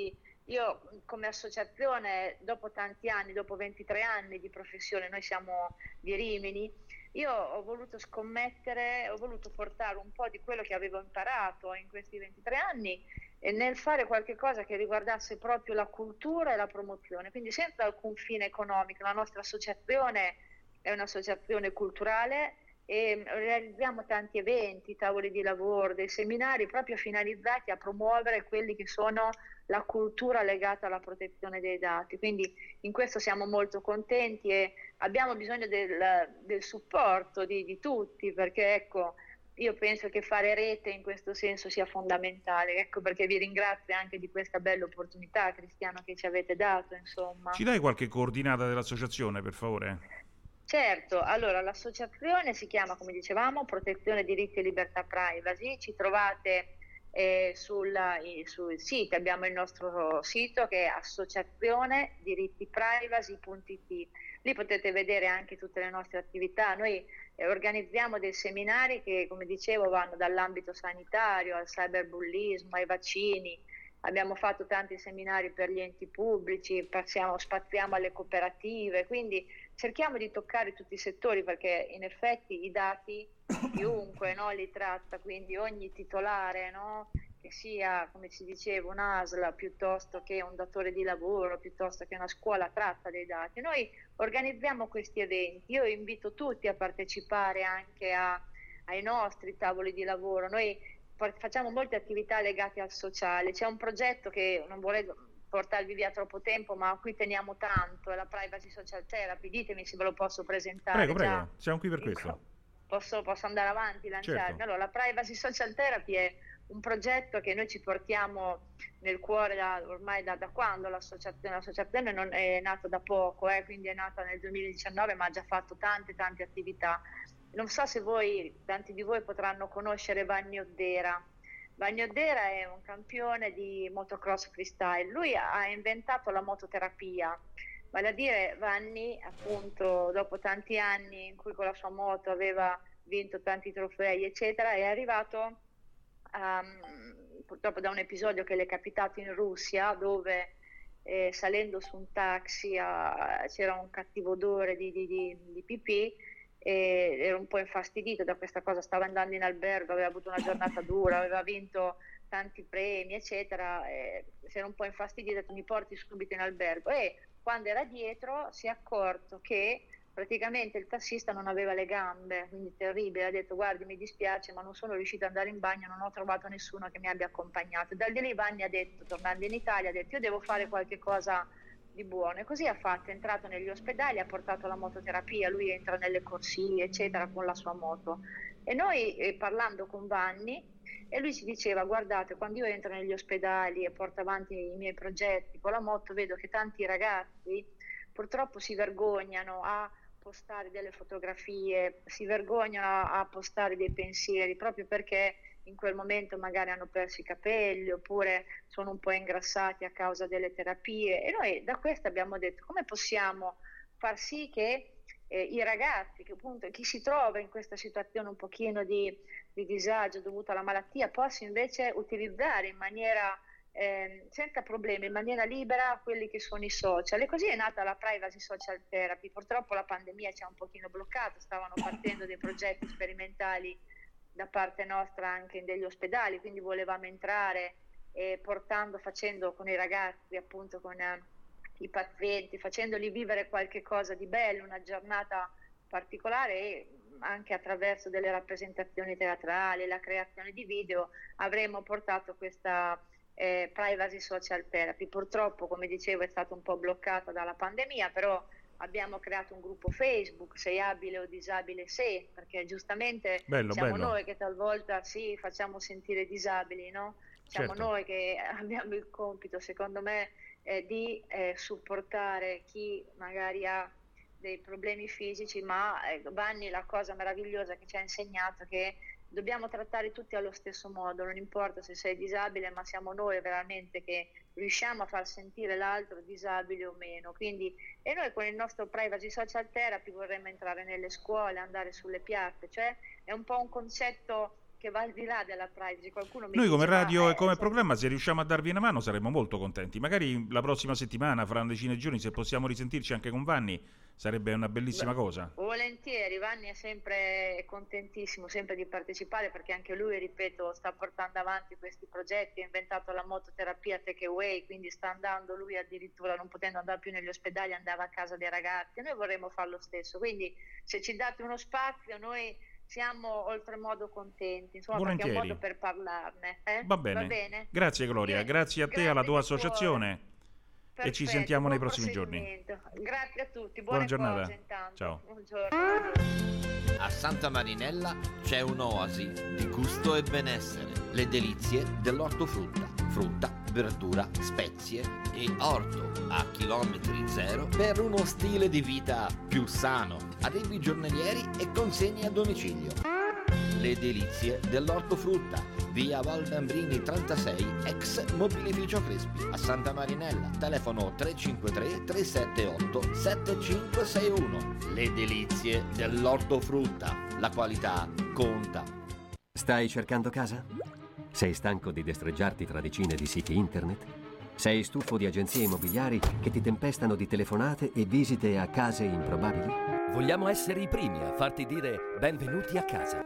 io come associazione, dopo tanti anni, dopo ventitré anni di professione, noi siamo di Rimini, io ho voluto scommettere, ho voluto portare un po' di quello che avevo imparato in questi ventitré anni e nel fare qualche cosa che riguardasse proprio la cultura e la promozione, quindi senza alcun fine economico. La nostra associazione è un'associazione culturale e realizziamo tanti eventi, tavoli di lavoro, dei seminari proprio finalizzati a promuovere quelli che sono la cultura legata alla protezione dei dati, quindi in questo siamo molto contenti e abbiamo bisogno del, del supporto di, di tutti, perché ecco, io penso che fare rete in questo senso sia fondamentale, ecco perché vi ringrazio anche di questa bella opportunità, Cristiano, che ci avete dato, insomma. Ci dai qualche coordinata dell'associazione, per favore? Certo, allora l'associazione si chiama, come dicevamo, Protezione Diritti e Libertà Privacy, ci trovate eh, sulla, eh, sul sito, abbiamo il nostro sito che è associazione diritti privacy punto it, lì potete vedere anche tutte le nostre attività. Noi eh, organizziamo dei seminari che, come dicevo, vanno dall'ambito sanitario al cyberbullismo, ai vaccini. Abbiamo fatto tanti seminari per gli enti pubblici, passiamo, spaziamo alle cooperative, quindi cerchiamo di toccare tutti i settori, perché in effetti i dati chiunque, no, li tratta, quindi ogni titolare, no, che sia, come ci dicevo, un'A S L piuttosto che un datore di lavoro, piuttosto che una scuola, tratta dei dati. Noi organizziamo questi eventi, io invito tutti a partecipare anche a, ai nostri tavoli di lavoro. Noi facciamo molte attività legate al sociale, c'è un progetto che non vorrei portarvi via troppo tempo, ma a cui teniamo tanto, è la Privacy Social Therapy. Ditemi se ve lo posso presentare. Prego, prego, già. siamo qui per questo. Posso, posso andare avanti, lanciarmi? Certo. Allora, la Privacy Social Therapy è un progetto che noi ci portiamo nel cuore da, ormai da, da quando l'associazione, l'associazione non è nata da poco, eh, quindi è nata nel duemiladiciannove, ma ha già fatto tante tante attività. Non so se voi, tanti di voi potranno conoscere Vanni Oddera. Vanni Oddera è un campione di motocross freestyle, lui ha inventato la mototerapia, vale a dire Vanni, appunto, dopo tanti anni in cui con la sua moto aveva vinto tanti trofei eccetera, è arrivato um, purtroppo da un episodio che le è capitato in Russia, dove eh, salendo su un taxi uh, c'era un cattivo odore di, di, di, di pipì, e era un po' infastidito da questa cosa, stava andando in albergo, aveva avuto una giornata dura, aveva vinto tanti premi eccetera, e si era un po' infastidito, ha detto mi porti subito in albergo, e quando era dietro si è accorto che praticamente il tassista non aveva le gambe, quindi terribile, ha detto guardi mi dispiace ma non sono riuscito ad andare in bagno, non ho trovato nessuno che mi abbia accompagnato. Da lì Vanni ha detto, tornando in Italia, ha detto io devo fare qualche cosa di buono, e così ha fatto, è entrato negli ospedali, ha portato la mototerapia, lui entra nelle corsie eccetera con la sua moto, e noi eh, parlando con Vanni, e lui ci diceva guardate, quando io entro negli ospedali e porto avanti i miei progetti con la moto, vedo che tanti ragazzi purtroppo si vergognano a postare delle fotografie, si vergognano a, a postare dei pensieri, proprio perché in quel momento magari hanno perso i capelli oppure sono un po' ingrassati a causa delle terapie, e noi da questo abbiamo detto come possiamo far sì che eh, i ragazzi, che appunto chi si trova in questa situazione un pochino di, di disagio dovuto alla malattia, possa invece utilizzare in maniera eh, senza problemi, in maniera libera quelli che sono i social, e così è nata la Privacy Social Therapy. Purtroppo la pandemia ci ha un pochino bloccato, stavano partendo dei progetti sperimentali da parte nostra anche in degli ospedali, quindi volevamo entrare eh, portando, facendo con i ragazzi, appunto con eh, i pazienti, facendoli vivere qualche cosa di bello, una giornata particolare, e anche attraverso delle rappresentazioni teatrali, la creazione di video, avremmo portato questa eh, Privacy Social Therapy. Purtroppo, come dicevo, è stata un po' bloccata dalla pandemia, però abbiamo creato un gruppo Facebook, sei abile o disabile se, perché giustamente bello, siamo bello. noi che talvolta sì, facciamo sentire disabili, no? Siamo Certo. noi che abbiamo il compito, secondo me, eh, di eh, supportare chi magari ha dei problemi fisici, ma eh, Vanni, la cosa meravigliosa che ci ha insegnato è che dobbiamo trattare tutti allo stesso modo, non importa se sei disabile, ma siamo noi veramente che riusciamo a far sentire l'altro disabile o meno. Quindi, e noi con il nostro Privacy Social Therapy vorremmo entrare nelle scuole, andare sulle piazze, cioè è un po' un concetto che va al di là della privacy. Qualcuno mi Noi come diceva, radio eh, e come se- programma, se riusciamo a darvi una mano, saremmo molto contenti. Magari la prossima settimana, fra una decina di giorni, se possiamo risentirci anche con Vanni, sarebbe una bellissima cosa. Volentieri, Vanni è sempre contentissimo sempre di partecipare, perché anche lui, ripeto, sta portando avanti questi progetti, ha inventato la mototerapia take away, quindi sta andando lui addirittura, non potendo andare più negli ospedali, andava a casa dei ragazzi, e noi vorremmo fare lo stesso, quindi se ci date uno spazio noi siamo oltremodo contenti, insomma, perché è un Volentieri. modo per parlarne. eh? Va bene. Va bene? Grazie Gloria, grazie a te e alla tua associazione. E ci Perfetto, sentiamo nei buon prossimi giorni. proseguimento. Grazie a tutti, Buona buone giornata. cose intanto. Ciao. Buongiorno. A Santa Marinella c'è un'oasi di gusto e benessere. Le delizie dell'ortofrutta. Frutta, verdura, spezie e orto a chilometri zero per uno stile di vita più sano. Arrivi giornalieri e consegni a domicilio. Le delizie dell'ortofrutta. Via Valdambrini trentasei, ex Mobilificio Crespi, a Santa Marinella. Telefono tre cinque tre tre sette otto sette cinque sei uno. Le delizie dell'ortofrutta. La qualità conta. Stai cercando casa? Sei stanco di destreggiarti tra decine di siti internet? Sei stufo di agenzie immobiliari che ti tempestano di telefonate e visite a case improbabili? Vogliamo essere i primi a farti dire benvenuti a casa.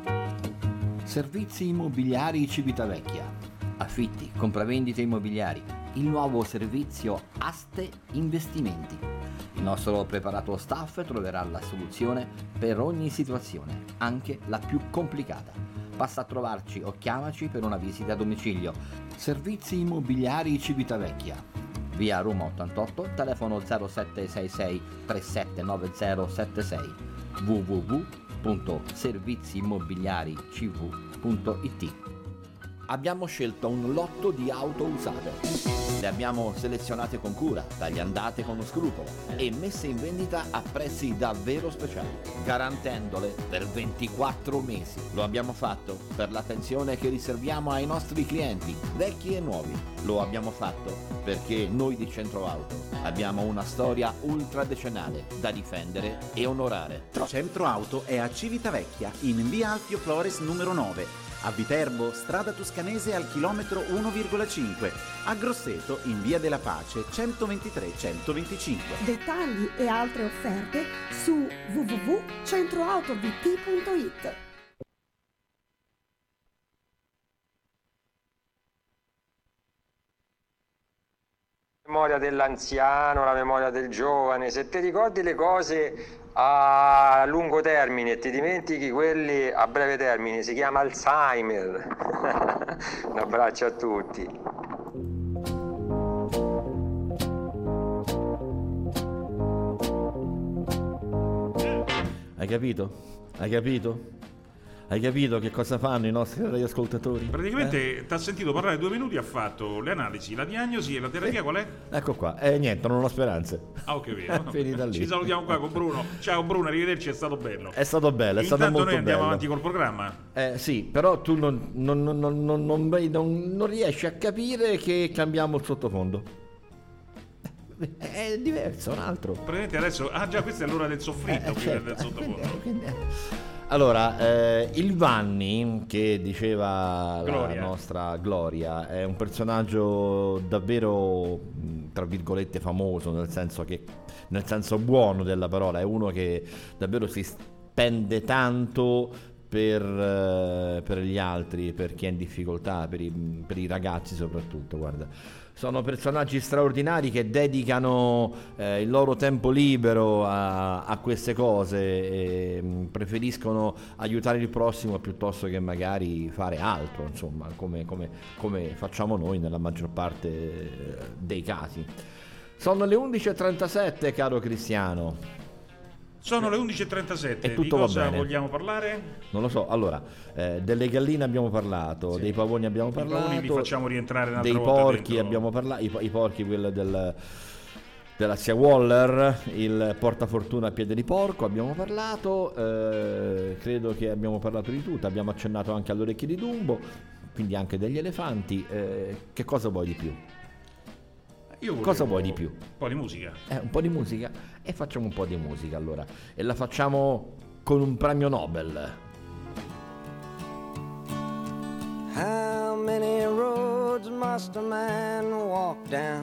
Servizi immobiliari Civitavecchia. Affitti, compravendite immobiliari. Il nuovo servizio Aste Investimenti. Il nostro preparato staff troverà la soluzione per ogni situazione, anche la più complicata. Passa a trovarci o chiamaci per una visita a domicilio. Servizi immobiliari Civitavecchia. Via Roma ottantotto, telefono zero sette sei sei tre sette nove zero sette sei. w w w punto servizi immobiliari c v punto i t. Abbiamo scelto un lotto di auto usate. Le abbiamo selezionate con cura, tagliandate con scrupolo e messe in vendita a prezzi davvero speciali, garantendole per ventiquattro mesi. Lo abbiamo fatto per l'attenzione che riserviamo ai nostri clienti, vecchi e nuovi. Lo abbiamo fatto perché noi di Centro Auto abbiamo una storia ultradecennale da difendere e onorare. Centro Auto è a Civitavecchia, in via Alfio Flores numero nove. A Viterbo, strada toscanese al chilometro uno virgola cinque. A Grosseto, in via della Pace centoventitré centoventicinque. Dettagli e altre offerte su w w w punto centroautovt punto i t. La memoria dell'anziano, la memoria del giovane, se ti ricordi le cose a lungo termine e ti dimentichi quelli a breve termine, si chiama Alzheimer. Un abbraccio a tutti. Hai capito? Hai capito? Hai capito che cosa fanno i nostri radioascoltatori? Praticamente Eh? ti ha sentito parlare due minuti, ha fatto le analisi, la diagnosi e la terapia. Qual è? Ecco qua, e eh, niente, non ho speranze. Ah, ok, vero. È finita lì. Ci salutiamo qua con Bruno. Ciao Bruno, arrivederci, è stato bello. È stato bello, è stato Intanto molto noi andiamo bello. avanti col programma. Eh sì, però tu non, non, non, non, non, non, non- non riesci a capire che cambiamo il sottofondo. È diverso, un altro. Praticamente adesso, ah già, questa è l'ora del soffritto, Eh, qui certo. del sottofondo. Allora, eh, il Vanni, che diceva Gloria. la nostra Gloria, è un personaggio davvero, mh, tra virgolette, famoso, nel senso che, nel senso buono della parola, è uno che davvero si spende tanto per, eh, per gli altri, per chi è in difficoltà, per i, per i ragazzi soprattutto, guarda. Sono personaggi straordinari che dedicano eh, il loro tempo libero a, a queste cose e mh, preferiscono aiutare il prossimo piuttosto che magari fare altro, insomma, come, come- come facciamo noi nella maggior parte eh, dei casi. Sono le undici e trentasette, caro Cristiano. Sono le undici e trentasette, E tutto di va cosa bene. vogliamo parlare? Non lo so, allora, eh, delle galline abbiamo parlato, dei pavoni abbiamo I parlato, pavoni li facciamo rientrare un'altra dei volta porchi dentro. abbiamo parlato, i, po- i porchi, quello del, della Sia Waller, il portafortuna a piede di porco abbiamo parlato, eh, credo che abbiamo parlato di tutto, abbiamo accennato anche alle orecchie di Dumbo, quindi anche degli elefanti, eh, che cosa vuoi di più? Io volevo Cosa vuoi di più? Un po' di musica. Eh, un po' di musica? E facciamo un po' di musica allora. E la facciamo con un premio Nobel. must a man walk down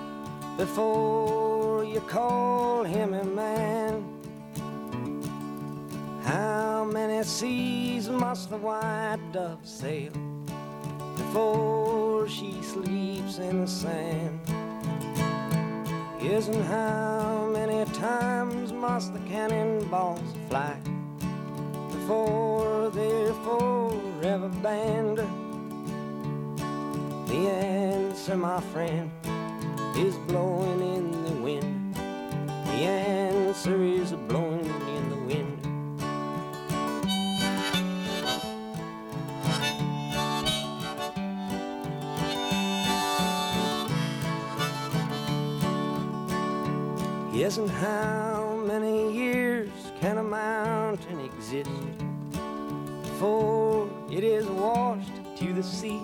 before you call him a man? How many seas must the white dove sail before she sleeps in the sand? Yes, and how many times must the cannonballs fly before they're forever banned? The answer, my friend, is blowing in the wind. The answer is blowing in the wind. Yes, and how many years can a mountain exist before it is washed to the sea?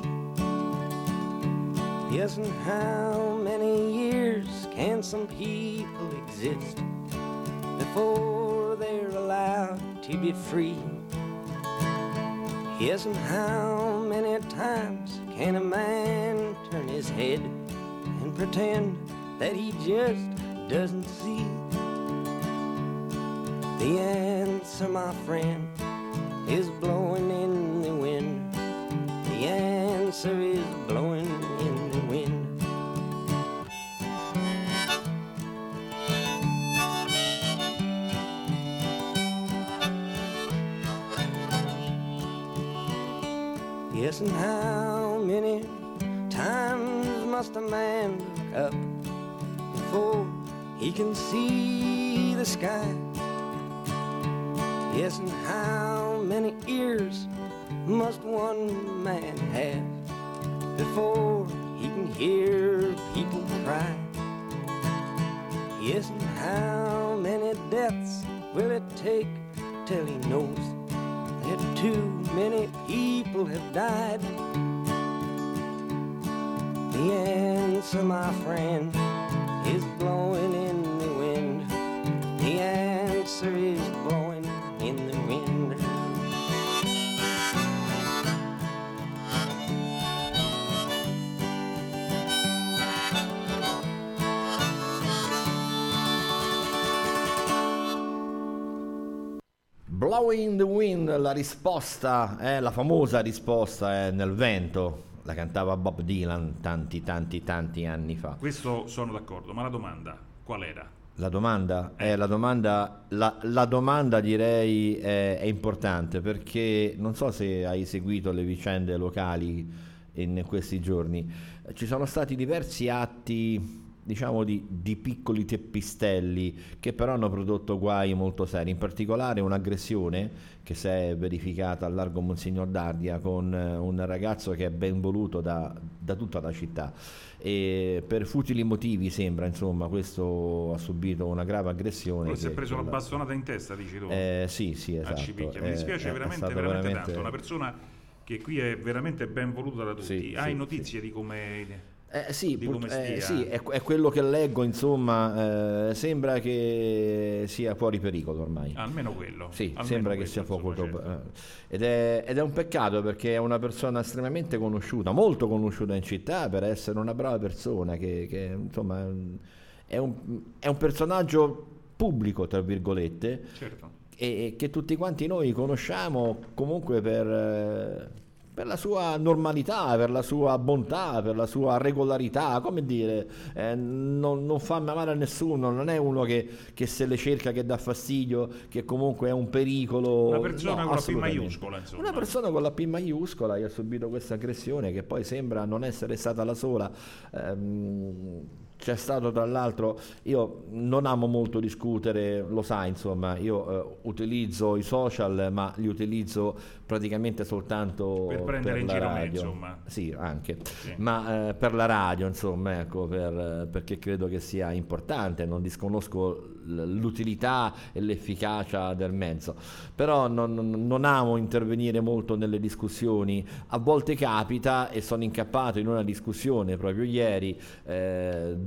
Yes, and how many years can some people exist before they're allowed to be free? Yes, and how many times can a man turn his head and pretend that he just doesn't see? The answer, my friend, is blowing in the wind. The answer is blowing in the wind. Yes, and how many times must a man look up before he can see the sky? Yes, and how many ears must one man have before he can hear people cry? Yes, and how many deaths will it take till he knows that too many people have died? The answer, my friend, is blowing in the wind. The answer is blowing in the wind. Blowing in the Wind, la risposta, eh, la famosa risposta è nel vento. La cantava Bob Dylan tanti tanti tanti anni fa. Questo sono d'accordo, ma la domanda qual era? La domanda, eh, la domanda, la, la domanda direi è, è importante, perché non so se hai seguito le vicende locali in questi giorni. Ci sono stati diversi atti, diciamo, di, di piccoli teppistelli che però hanno prodotto guai molto seri, in particolare un'aggressione che si è verificata al largo Monsignor d'Ardia con un ragazzo che è ben voluto da, da tutta la città, e per futili motivi sembra, insomma, questo ha subito una grave aggressione. Si è preso la bastonata in testa, dici tu? Eh, sì, sì, esatto. Mi dispiace è, veramente, è veramente, veramente tanto, una persona che qui è veramente ben voluta da tutti. Sì, Hai sì, notizie sì. di come... Eh, sì, di pur, come eh, stia. sì è, è quello che leggo, insomma, eh, sembra che sia fuori pericolo ormai. Almeno quello. Sì, almeno sembra quello, che sia fuoco. insomma, certo. ed, è, ed è un peccato, perché è una persona estremamente conosciuta, molto conosciuta in città per essere una brava persona, che, che insomma è un, è un personaggio pubblico, tra virgolette, Certo. e, e che tutti quanti noi conosciamo comunque per... eh, per la sua normalità, per la sua bontà, per la sua regolarità, come dire, eh, non, non fa male a nessuno, non è uno che, che se le cerca, che dà fastidio, che comunque è un pericolo. Una persona no, con la P assolutamente. maiuscola, insomma. Una persona con la P maiuscola che ha subito questa aggressione, che poi sembra non essere stata la sola. Ehm, C'è stato, tra l'altro, io non amo molto discutere, lo sai, insomma, io eh, utilizzo i social, ma li utilizzo praticamente soltanto Per prendere per in la giro me, radio. insomma. Sì, anche, Sì. ma eh, per la radio, insomma, ecco, per, perché credo che sia importante, non disconosco l- l'utilità e l'efficacia del mezzo, però non, non- non amo intervenire molto nelle discussioni. A volte capita, e sono incappato in una discussione proprio ieri, eh,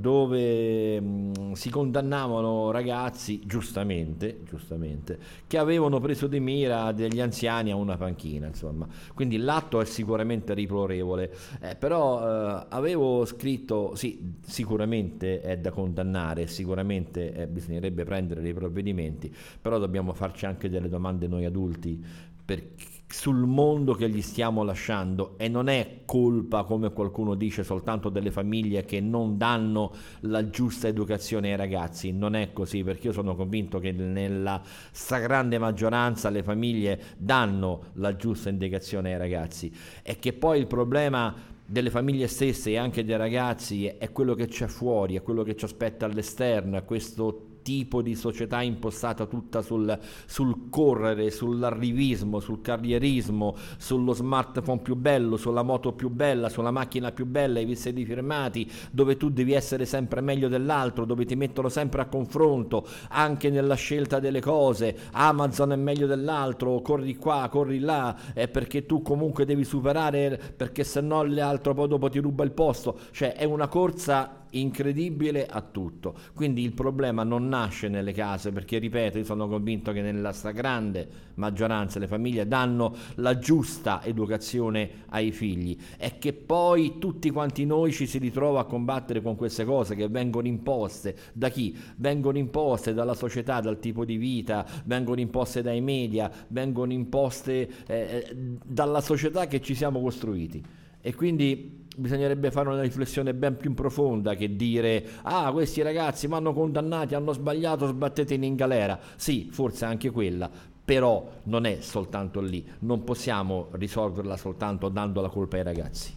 dove mh, si condannavano ragazzi, giustamente, giustamente, che avevano preso di mira degli anziani a una panchina, insomma. Quindi l'atto è sicuramente riplorevole, eh, però eh, avevo scritto, sì, sicuramente è da condannare, sicuramente eh, bisognerebbe prendere dei provvedimenti, però dobbiamo farci anche delle domande noi adulti per, sul mondo che gli stiamo lasciando, e non è colpa, come qualcuno dice, soltanto delle famiglie che non danno la giusta educazione ai ragazzi. Non è così, perché io sono convinto che nella stragrande maggioranza le famiglie danno la giusta indicazione ai ragazzi, e che poi il problema delle famiglie stesse e anche dei ragazzi è quello che c'è fuori, è quello che ci aspetta all'esterno, è questo tipo di società impostata tutta sul, sul correre, sull'arrivismo, sul carrierismo, sullo smartphone più bello, sulla moto più bella, sulla macchina più bella, i vestiti firmati, dove tu devi essere sempre meglio dell'altro, dove ti mettono sempre a confronto anche nella scelta delle cose. Amazon è meglio dell'altro, corri qua, corri là, è perché tu comunque devi superare, perché se no l'altro poi dopo ti ruba il posto. Cioè è una corsa incredibile a tutto. Quindi il problema non nasce nelle case, perché ripeto, io sono convinto che nella stragrande maggioranza le famiglie danno la giusta educazione ai figli, e che poi tutti quanti noi ci si ritrova a combattere con queste cose che vengono imposte da chi? Vengono imposte dalla società, dal tipo di vita, vengono imposte dai media, vengono imposte eh, dalla società che ci siamo costruiti. E quindi bisognerebbe fare una riflessione ben più profonda che dire: ah, questi ragazzi mi hanno condannati, hanno sbagliato, sbatteteli in galera. Sì, forse anche quella, però non è soltanto lì, non possiamo risolverla soltanto dando la colpa ai ragazzi.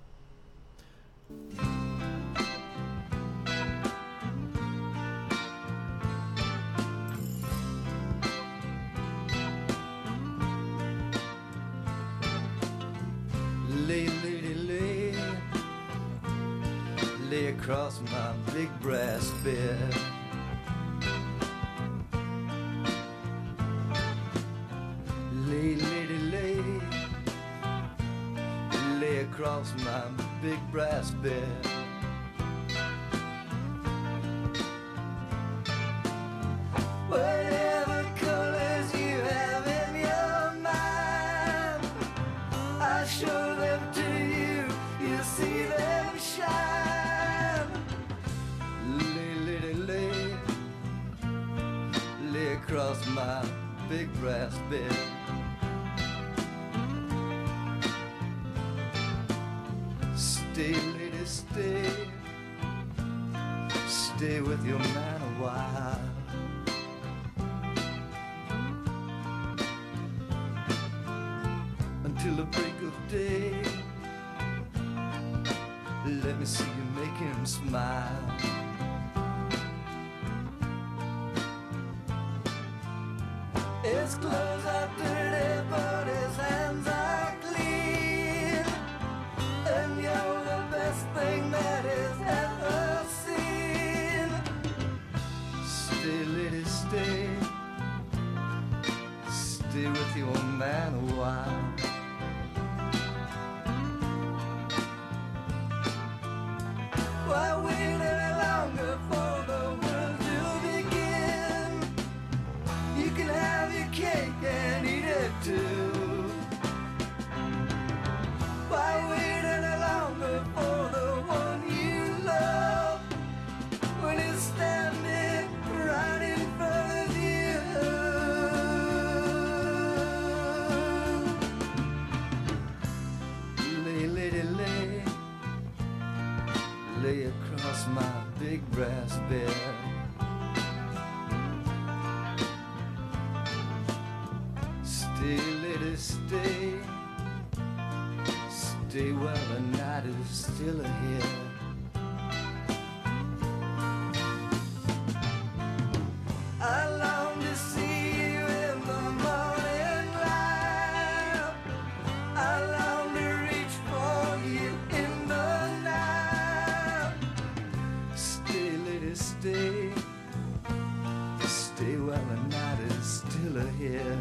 Lay, lady, lay, lay across my big brass bed. Lay, lady, lay, lay across my big brass bed. Whatever colors you have in your mind, I show them to you, you see them shine. Lay, lady, lay, lay across my big brass bed. Stay, lady, stay, stay with your man a while. Until the break of day, let me see you make him smile. His clothes are dirty, but his hands are clean, and you're the best thing that he's ever seen. Stay, lady, stay, stay with your man a while. Why wait any longer for the world to begin? You can have your cake and eat it too. Why wait any longer for the one you love, when he's standing right in front of you? Lay, lady, lay, lay across my big brass bed. Stay, lady, stay, stay while the night is still ahead. I long to see you in the morning light. I long to reach for you in the night. Stay, lady, stay, stay while the night is still ahead.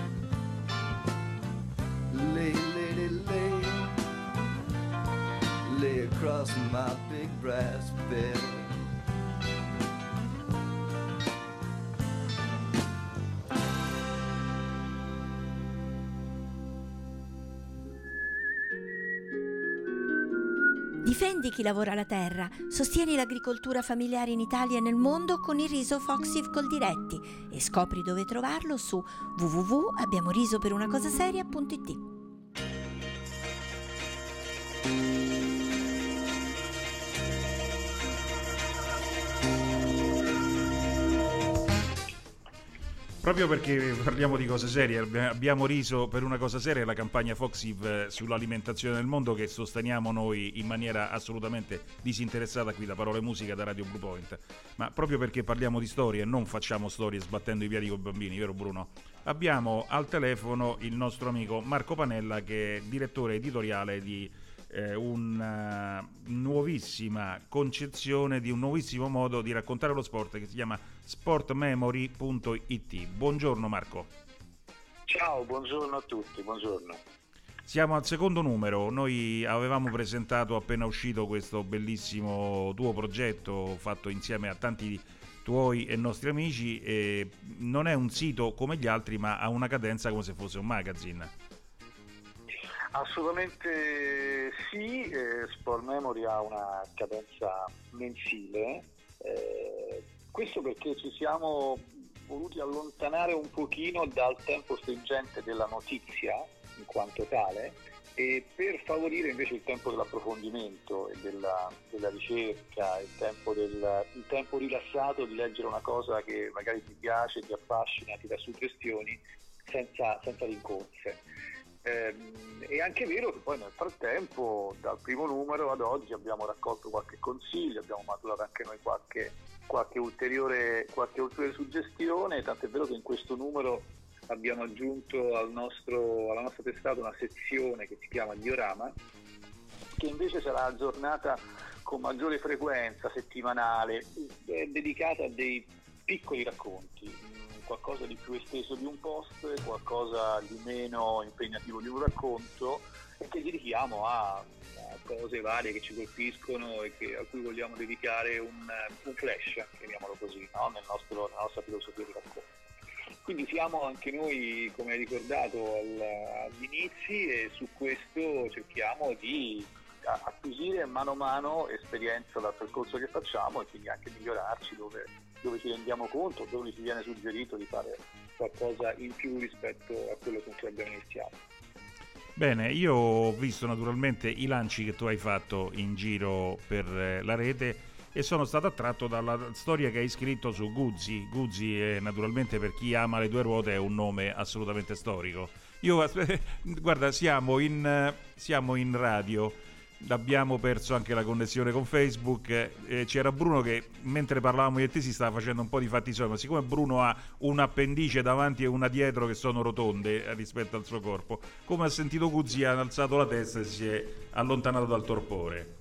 Lay, lady, lay, my big brass bell. Difendi chi lavora la terra, sostieni l'agricoltura familiare in Italia e nel mondo con il riso Foxiv Coldiretti e scopri dove trovarlo su w w w punto abbiamo riso per una cosa seria punto it. Proprio perché parliamo di cose serie, abbiamo riso per una cosa seria, la campagna Foxiv sull'alimentazione nel mondo che sosteniamo noi in maniera assolutamente disinteressata qui da Parole Musica, da Radio Bluepoint. Ma proprio perché parliamo di storie e non facciamo storie sbattendo i piedi con i bambini, vero Bruno? Abbiamo al telefono il nostro amico Marco Panella, che è direttore editoriale di eh, una nuovissima concezione, di un nuovissimo modo di raccontare lo sport che si chiama sport memory punto it. Buongiorno Marco. Ciao, buongiorno a tutti, buongiorno. Siamo al secondo numero, noi avevamo presentato appena uscito questo bellissimo tuo progetto fatto insieme a tanti tuoi e nostri amici, e non è un sito come gli altri ma ha una cadenza come se fosse un magazine. Assolutamente sì, eh, Sport Memory ha una cadenza mensile, eh, questo perché ci siamo voluti allontanare un pochino dal tempo stringente della notizia in quanto tale, e per favorire invece il tempo dell'approfondimento e della, della ricerca, il tempo, del, il tempo rilassato di leggere una cosa che magari ti piace, ti affascina, ti dà suggestioni senza, senza rincorse. Eh, è anche vero che poi nel frattempo, dal primo numero ad oggi, abbiamo raccolto qualche consiglio, abbiamo maturato anche noi qualche, qualche, ulteriore, qualche ulteriore suggestione, tant'è vero che in questo numero abbiamo aggiunto al nostro, alla nostra testata una sezione che si chiama Diorama, che invece sarà aggiornata con maggiore frequenza settimanale, è dedicata a dei piccoli racconti, qualcosa di più esteso di un post, qualcosa di meno impegnativo di un racconto, e che dedichiamo a, a cose varie che ci colpiscono e che, a cui vogliamo dedicare un, un flash, chiamiamolo così, no? Nel nostro, nella nostra filosofia di racconto. Quindi siamo anche noi, come hai ricordato, al, agli inizi, e su questo cerchiamo di acquisire mano a mano esperienza dal percorso che facciamo e quindi anche migliorarci dove, dove ci rendiamo conto, dove ci viene suggerito di fare qualcosa in più rispetto a quello con cui abbiamo iniziato. Bene, io ho visto naturalmente i lanci che tu hai fatto in giro per la rete e sono stato attratto dalla storia che hai scritto su Guzzi. Guzzi è, naturalmente, per chi ama le due ruote, è un nome assolutamente storico. Io, guarda, siamo in, siamo in radio, abbiamo perso anche la connessione con Facebook, eh, c'era Bruno che mentre parlavamo io e te si stava facendo un po' di fatti suoi, ma siccome Bruno ha un appendice davanti e una dietro che sono rotonde rispetto al suo corpo, come ha sentito Guzzi ha alzato la testa e si è allontanato dal torpore.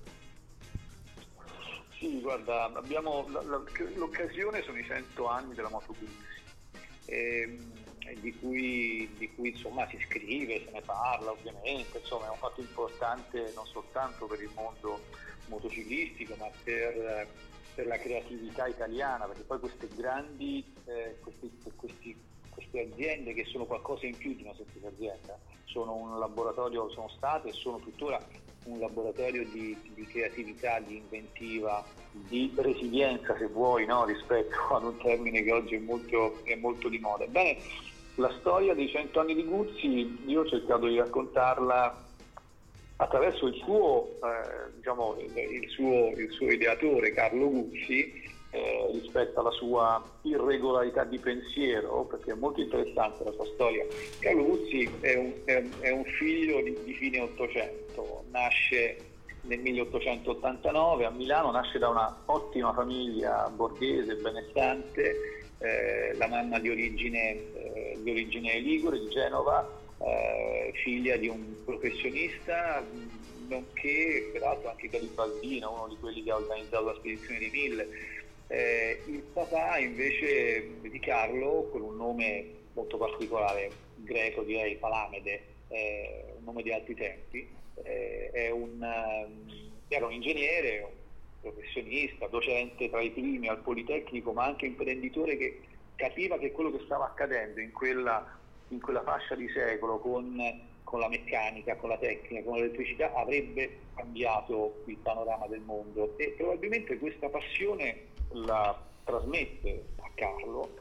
Sì, guarda, abbiamo la, la, l'occasione sono i cento anni della Moto Guzzi, e, e di cui, di cui insomma si scrive, se ne parla ovviamente, insomma è un fatto importante non soltanto per il mondo motociclistico ma per, per la creatività italiana, perché poi queste grandi eh, questi, questi, queste aziende che sono qualcosa in più di una semplice azienda, sono un laboratorio, sono state e sono tuttora un laboratorio di, di creatività, di inventiva, di resilienza, se vuoi, no? Rispetto ad un termine che oggi è molto, è molto di moda. Ebbene, la storia dei cento anni di Guzzi io ho cercato di raccontarla attraverso il suo, eh, diciamo, il, il, suo, il suo ideatore Carlo Guzzi, eh, rispetto alla sua irregolarità di pensiero, perché è molto interessante la sua storia. Carlo Guzzi è un, è, è un figlio di, di fine Ottocento, nasce nel milleottocentottantanove a Milano, nasce da una ottima famiglia borghese, benestante, eh, la mamma di origine, eh, di origine ligure, di Genova, eh, figlia di un professionista, nonché peraltro anche Garibaldino, uno di quelli che ha organizzato la spedizione di Mille. Eh, il papà invece di Carlo, con un nome molto particolare, greco direi, Palamede, eh, un nome di altri tempi, eh, è, un, era un ingegnere, un professionista, docente tra i primi al Politecnico, ma anche imprenditore che capiva che quello che stava accadendo in quella, in quella fascia di secolo con, con la meccanica, con la tecnica, con l'elettricità avrebbe cambiato il panorama del mondo, e probabilmente questa passione la trasmette a Carlo.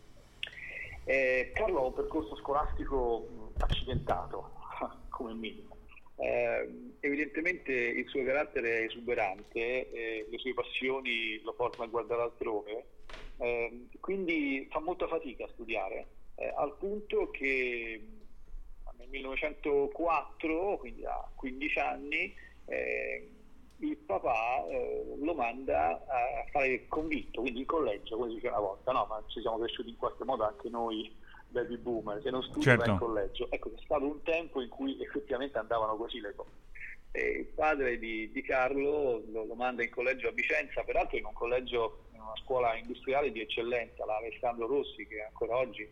Eh, Carlo ha un percorso scolastico accidentato, come minimo. Eh, evidentemente il suo carattere è esuberante, eh, le sue passioni lo portano a guardare altrove, eh, quindi fa molta fatica a studiare, eh, al punto che nel millenovecentoquattro, quindi a quindici anni, eh, il papà eh, lo manda a fare il convitto, quindi il collegio, come si dice una volta, no? Ma ci siamo cresciuti in qualche modo anche noi baby boomer, se non studi certo. vai in collegio. Ecco, c'è stato un tempo in cui effettivamente andavano così le cose. E il padre di, di Carlo lo, lo manda in collegio a Vicenza, peraltro in un collegio, in una scuola industriale di eccellenza, la Alessandro Rossi, che ancora oggi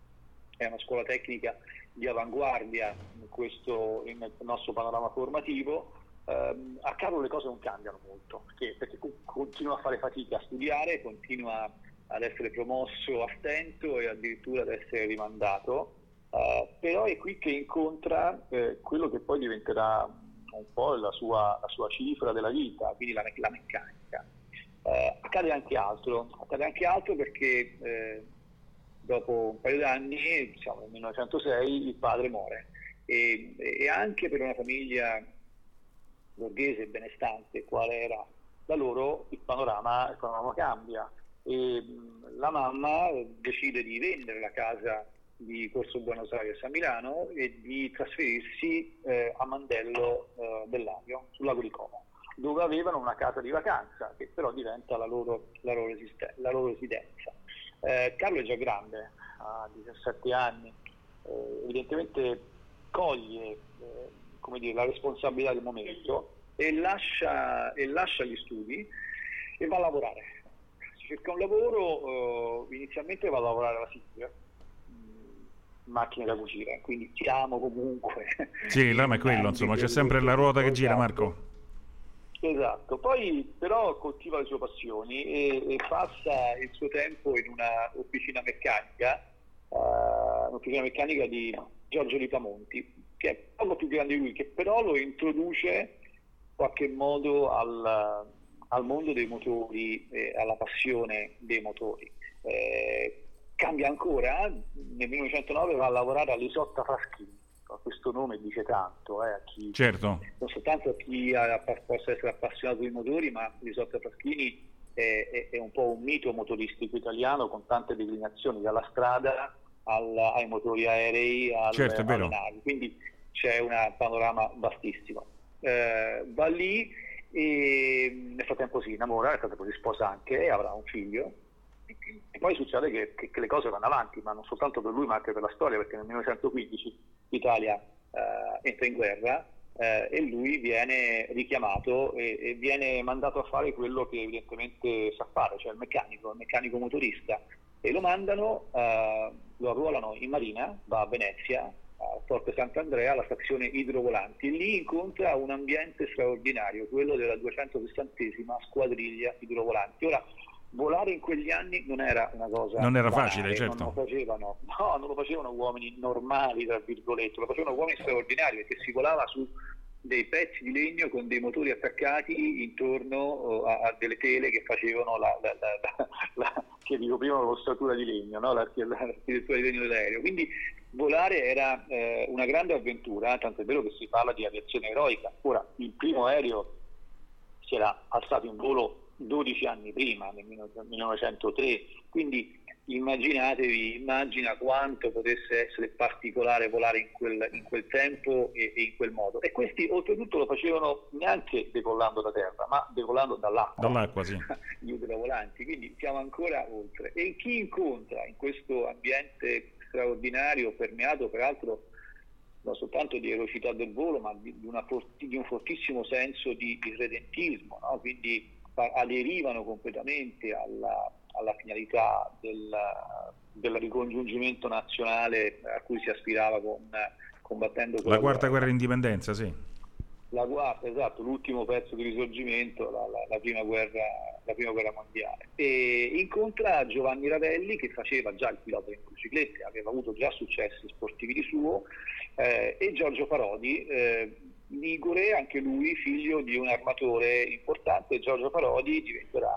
è una scuola tecnica di avanguardia in questo in nel nostro panorama formativo. Um, a Carlo le cose non cambiano molto, perché, perché continua a fare fatica a studiare, continua ad essere promosso a stento e addirittura ad essere rimandato, uh, però è qui che incontra eh, quello che poi diventerà un po' la sua, la sua cifra della vita, quindi la, la meccanica. Uh, accade anche altro, accade anche altro perché eh, dopo un paio d'anni, diciamo nel millenovecentosei, il padre muore, e, e anche per una famiglia borghese e benestante quale era da loro, il panorama, il panorama cambia, e mh, la mamma decide di vendere la casa di Corso Buenos Aires a Milano e di trasferirsi eh, a Mandello eh, del Lago, sul lago di Como, dove avevano una casa di vacanza che però diventa la loro, la loro, esisten- la loro residenza. Eh, Carlo è già grande, ha diciassette anni, eh, evidentemente coglie eh, come dire, la responsabilità del momento e lascia, e lascia gli studi e va a lavorare. Si cerca un lavoro, eh, inizialmente va a lavorare alla Sicilia, macchine da cucire, quindi siamo comunque... Sì, il ramo è quello, insomma, c'è sempre la ruota che gira, Marco. Esatto, poi però coltiva le sue passioni e, e passa il suo tempo in una officina meccanica, uh, un'officina meccanica di Giorgio Lipamonti, che è poco più grande di lui, che però lo introduce in qualche modo al, al mondo dei motori, eh, alla passione dei motori. Eh, cambia ancora, nel millenovecentonove va a lavorare all'Isotta Fraschini. Questo nome dice tanto, eh, a chi, certo. non soltanto a chi ha, possa essere appassionato di motori, ma l'Isotta Fraschini è, è, è un po' un mito motoristico italiano con tante declinazioni, dalla strada al, ai motori aerei, al, certo, alle navi, quindi c'è un panorama vastissimo. Eh, va lì e nel frattempo si innamora, nel frattempo si sposa anche e avrà un figlio. E poi succede che, che, che le cose vanno avanti, ma non soltanto per lui ma anche per la storia, perché nel millenovecentoquindici l'Italia eh, entra in guerra eh, e lui viene richiamato e, e viene mandato a fare quello che evidentemente sa fare, cioè il meccanico, il meccanico motorista, e lo mandano, eh, lo arruolano in marina, va a Venezia, a Porto Sant'Andrea, alla stazione idrovolanti, e lì incontra un ambiente straordinario, quello della duecentosessantesima squadriglia idrovolanti. Ora, volare in quegli anni non era una cosa non era banale, facile, certo. Non lo facevano, no, non lo facevano uomini normali, tra virgolette, lo facevano uomini straordinari, perché si volava su dei pezzi di legno con dei motori attaccati intorno a, a delle tele che facevano la, la, la, la, la che ricoprivano l'ossatura di legno, no? l'architettura di legno dell'aereo. Quindi volare era eh, una grande avventura, tanto è vero che si parla di aviazione eroica. Ora, il primo aereo si era alzato in volo dodici anni prima, nel millenovecentotre, quindi immaginatevi, immagina quanto potesse essere particolare volare in quel, in quel tempo e, e in quel modo. E questi oltretutto lo facevano neanche decollando da terra, ma decollando dall'acqua, dall'acqua sì. Gli idrovolanti, quindi siamo ancora oltre. E chi incontra in questo ambiente straordinario, permeato peraltro non soltanto di erocità del volo, ma di, di, una forti, di un fortissimo senso di irredentismo, no? Quindi aderivano completamente alla, alla finalità del, del ricongiungimento nazionale a cui si aspirava con, combattendo la quarta guerra d'indipendenza, sì. la quarta, esatto, l'ultimo pezzo di risorgimento, la, la, la, prima guerra, la prima guerra mondiale. E incontra Giovanni Ravelli, che faceva già il pilota di motociclette, aveva avuto già successi sportivi di suo, eh, e Giorgio Parodi, eh, ligure, anche lui figlio di un armatore importante. Giorgio Parodi diventerà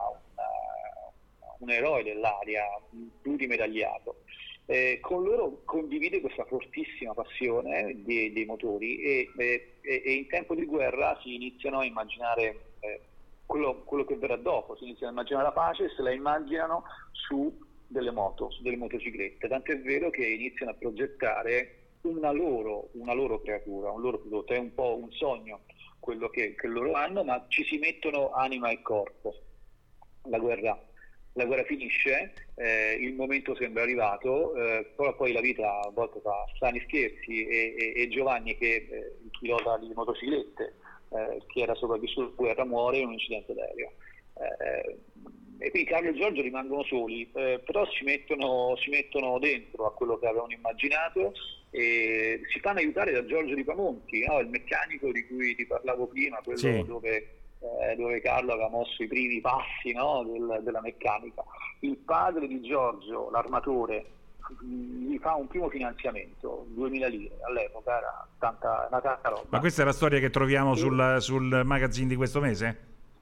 una, un eroe dell'area, un plurimedagliato. Eh, con loro condivide questa fortissima passione dei, dei motori e, e, e in tempo di guerra si iniziano a immaginare eh, quello, quello che verrà dopo, si iniziano a immaginare la pace e se la immaginano su delle moto, su delle motociclette, tant'è vero che iniziano a progettare una loro, una loro creatura, un loro prodotto. È un po' un sogno quello che, che loro hanno, ma ci si mettono anima e corpo. La guerra La guerra finisce, eh, il momento sembra arrivato, eh, però poi la vita a volte fa strani scherzi e, e, e Giovanni, che eh, il pilota di motociclette, eh, che era sopravvissuto alla guerra, muore in un incidente d'aereo. Eh, e quindi Carlo e Giorgio rimangono soli, eh, però si mettono, si mettono dentro a quello che avevano immaginato e si fanno aiutare da Giorgio Di Pamonti, no? Il meccanico di cui ti parlavo prima, quello Sì. dove... Eh, dove Carlo aveva mosso i primi passi, no, del, della meccanica. Il padre di Giorgio, l'armatore, gli fa un primo finanziamento, duemila lire, all'epoca era tanta, una tanta roba. Ma questa è la storia che troviamo E... sul, sul magazine di questo mese?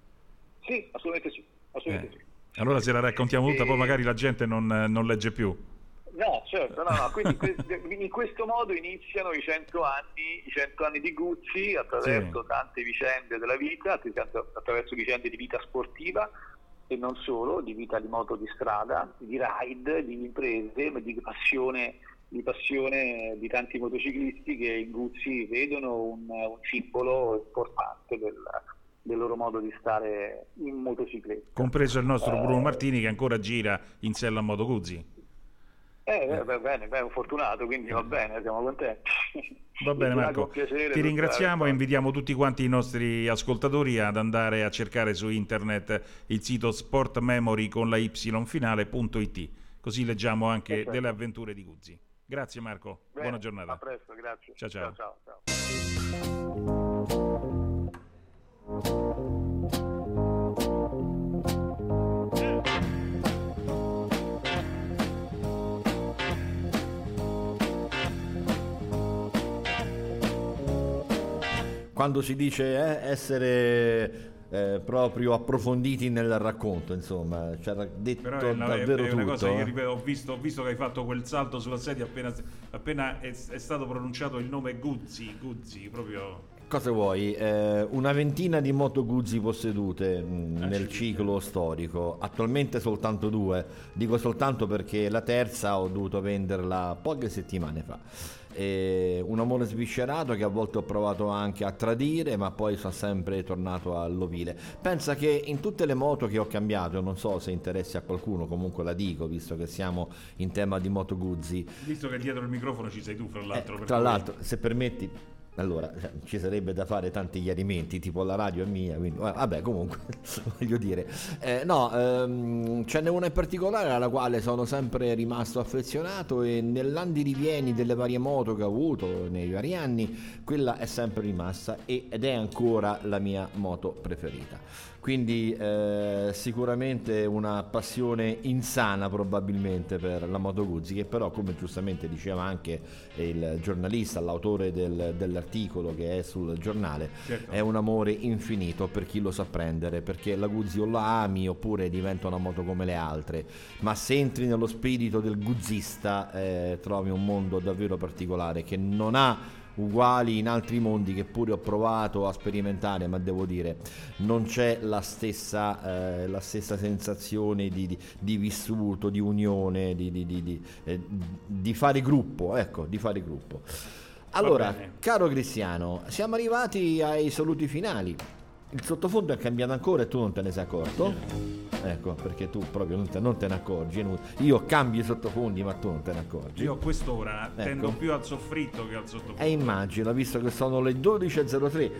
Sì, assolutamente sì, assolutamente Eh. sì. Allora se la raccontiamo tutta, E- poi magari la gente non, non legge più. No, certo, no, no. Quindi que- in questo modo iniziano i cento anni, i cento anni di Guzzi attraverso Sì. tante vicende della vita, attraverso attraverso vicende di vita sportiva e non solo, di vita di moto di strada, di ride, di imprese, ma di passione, di passione di tanti motociclisti che in Guzzi vedono un, un simbolo importante del, del loro modo di stare in motocicletta. Compreso il nostro Eh, Bruno Martini che ancora gira in sella a Moto Guzzi. Eh, beh, beh, bene, beh, fortunato, quindi va bene, siamo contenti. Va bene Mi sarà Marco, con piacere ti ringraziamo tutta- e invitiamo tutti quanti i nostri ascoltatori ad andare a cercare su internet il sito sportmemory con la y finale punto it, così leggiamo anche Perfetto. delle avventure di Guzzi. Grazie Marco, Bene, buona giornata. A presto, grazie. Ciao, ciao. ciao, ciao. Quando si dice eh, essere eh, proprio approfonditi nel racconto, insomma, c'era detto Però è una, è- davvero è una tutto. cosa che io eh. ripeto, ho visto, ho visto che hai fatto quel salto sulla sedia appena, appena è, è stato pronunciato il nome Guzzi, Guzzi, proprio... Cosa vuoi? Eh, una ventina di Moto Guzzi possedute mh, Ah, nel ci ciclo storico, attualmente soltanto due, dico soltanto perché la terza ho dovuto venderla poche settimane fa. Eh, un amore sviscerato che a volte ho provato anche a tradire, ma poi sono sempre tornato all'ovile. Pensa che in tutte le moto che ho cambiato, non so se interessi a qualcuno, comunque la dico visto che siamo in tema di Moto Guzzi. Visto che dietro il microfono ci sei tu, fra l'altro. Eh, per tra cui- l'altro, se permetti, allora cioè, ci sarebbe da fare tanti chiarimenti, tipo la radio è mia, quindi eh, vabbè, comunque voglio dire, eh, no, ehm, ce n'è una in particolare alla quale sono sempre rimasto affezionato e nell'andirivieni delle varie moto che ho avuto nei vari anni, quella è sempre rimasta e- ed è ancora la mia moto preferita. Quindi eh, sicuramente una passione insana probabilmente per la Moto Guzzi, che però, come giustamente diceva anche il giornalista, l'autore del- dell'articolo che è sul giornale, Certo. è un amore infinito per chi lo sa prendere, perché la Guzzi o la ami oppure diventa una moto come le altre, ma se entri nello spirito del guzzista eh, trovi un mondo davvero particolare che non ha uguali in altri mondi, che pure ho provato a sperimentare, ma devo dire non c'è la stessa, eh, la stessa sensazione di, di, di vissuto, di unione, di, di, di, di, eh, di fare gruppo, ecco, di fare gruppo. Allora, bene. caro Cristiano, siamo arrivati ai saluti finali. Il sottofondo è cambiato ancora e tu non te ne sei accorto? Ecco, perché tu proprio non te, non te ne accorgi. Io cambio i sottofondi, ma tu non te ne accorgi. Io a quest'ora Ecco. tendo più al soffritto che al sottofondo. E immagino, visto che sono le dodici e zero tre.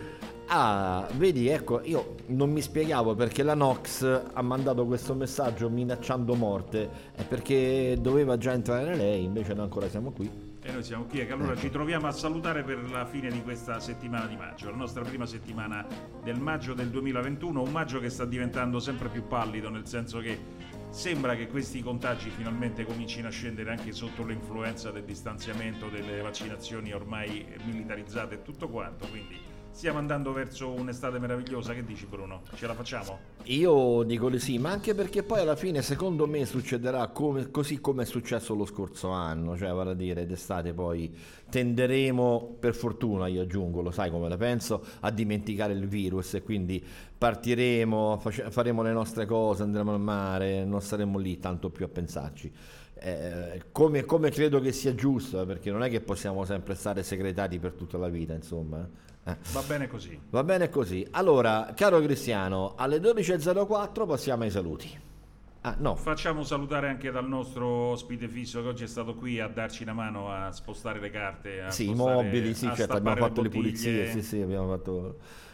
Ah, vedi, ecco, io non mi spiegavo perché la Nox ha mandato questo messaggio minacciando morte, è perché doveva già entrare lei, invece noi ancora siamo qui. E noi siamo qui, e allora ci troviamo a salutare per la fine di questa settimana di maggio, la nostra prima settimana del maggio del duemilaventuno, un maggio che sta diventando sempre più pallido, nel senso che sembra che questi contagi finalmente comincino a scendere anche sotto l'influenza del distanziamento, delle vaccinazioni ormai militarizzate e tutto quanto, quindi stiamo andando verso un'estate meravigliosa. Che dici, Bruno? Ce la facciamo? Io dico di sì, ma anche perché poi alla fine secondo me succederà come, così come è successo lo scorso anno, cioè vale a dire d'estate poi tenderemo, per fortuna io aggiungo, lo sai come la penso, a dimenticare il virus, e quindi partiremo, face- faremo le nostre cose, andremo al mare, non saremo lì tanto più a pensarci. Eh, come, come credo che sia giusto, perché non è che possiamo sempre stare segretati per tutta la vita, insomma. Eh. Va bene così. Va bene così. Allora, caro Cristiano, alle dodici e zero quattro passiamo ai saluti. Ah, no. Facciamo salutare anche dal nostro ospite fisso che oggi è stato qui a darci una mano a spostare le carte, a sì, i spostare, mobili, sì, certo, abbiamo le fatto le bottiglie. pulizie, sì, sì, abbiamo fatto.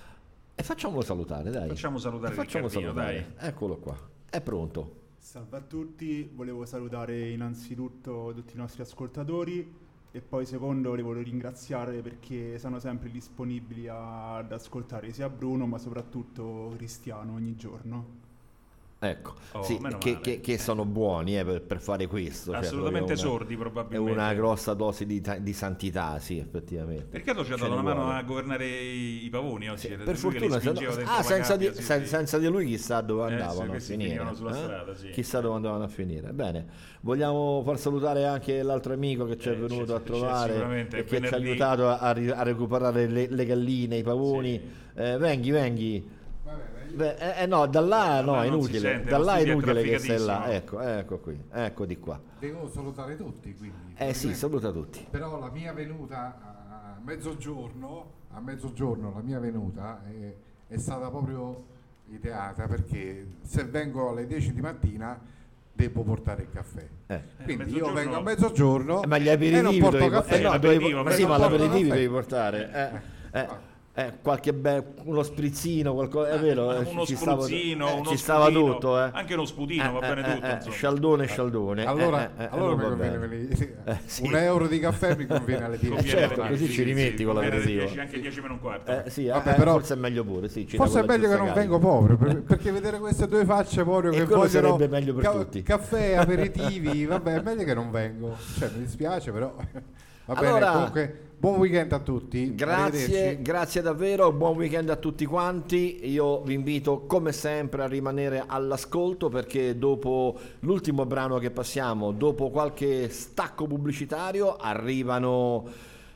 E facciamolo salutare, dai. Facciamo salutare E facciamo Riccardino, salutare. dai. Eccolo qua. È pronto. Salve a tutti, volevo salutare innanzitutto tutti i nostri ascoltatori e poi secondo li volevo ringraziare perché sono sempre disponibili a- ad ascoltare sia Bruno ma soprattutto Cristiano ogni giorno. Ecco, Oh, sì, meno che, male. che- che sono buoni eh, per, per fare questo. cioè, Assolutamente proprio una- sordi, probabilmente. È una grossa dose di, ta- di santità, sì, effettivamente. Riccardo ci ha Ce dato ne una mano vuole. a governare i, i pavoni oggi. Per lui che li fortuna, se no- spingeva dentro ah, la senza, gabbia, di, sì, sen- sì. senza di lui chissà dove Eh, sì, andavano a questi finire. finivano sulla eh? strada, sì. Chissà dove andavano a finire. Bene, vogliamo far salutare anche l'altro amico che ci è Eh, venuto c'è- a c'è trovare sicuramente e che ci ha venerdì. aiutato a, ri- a recuperare le, le galline, i pavoni. Eh, venghi, venghi. Beh, eh, eh, no, da là no, là è non si inutile. sente, Da lo là è studio è inutile che stai là. trafficatissimo. Ecco, ecco qui, ecco di qua. Devo salutare tutti, quindi. Eh sì, saluta tutti. Però la mia venuta a mezzogiorno, a mezzogiorno la mia venuta è, è stata proprio ideata perché se vengo alle dieci di mattina devo portare il caffè. Eh. Quindi Eh, io mezzogiorno- vengo a mezzogiorno Eh, ma gli e non aperitivi porto dovevi, caffè. eh, no, l'aperitivo, dovevi- ma sì, non ma porto l'aperitivo caffè. devi portare. Eh, eh, eh, qualche be- uno sprizzino, qualcosa, è vero, eh, uno ci stava, spruzzino, eh, uno ci stava sputino, tutto, eh. anche uno sputino, va bene tutto, insomma. Scialdone, scialdone. eh, Allora, eh, eh, allora non mi va conviene bene. venire- Eh, sì. un euro di caffè mi conviene alle dieci. Eh, Conviene certo, alle così dieci, ci rimetti sì, con conviene alle l'aperitivo. dieci, anche dieci meno un quarto. Eh, sì, Vabbè, eh, però- forse è meglio pure, sì, ci dà Forse è quella meglio che giusta non carica. vengo povero per- perché vedere queste due facce proprio E che quello vogliono sarebbe meglio per tutti. caffè, aperitivi, vabbè, è meglio che non vengo. Cioè, mi dispiace, però va bene, Allora, comunque buon weekend a tutti. Grazie, Arrivederci. grazie davvero, buon weekend a tutti quanti. Io vi invito come sempre a rimanere all'ascolto perché dopo l'ultimo brano che passiamo, dopo qualche stacco pubblicitario, arrivano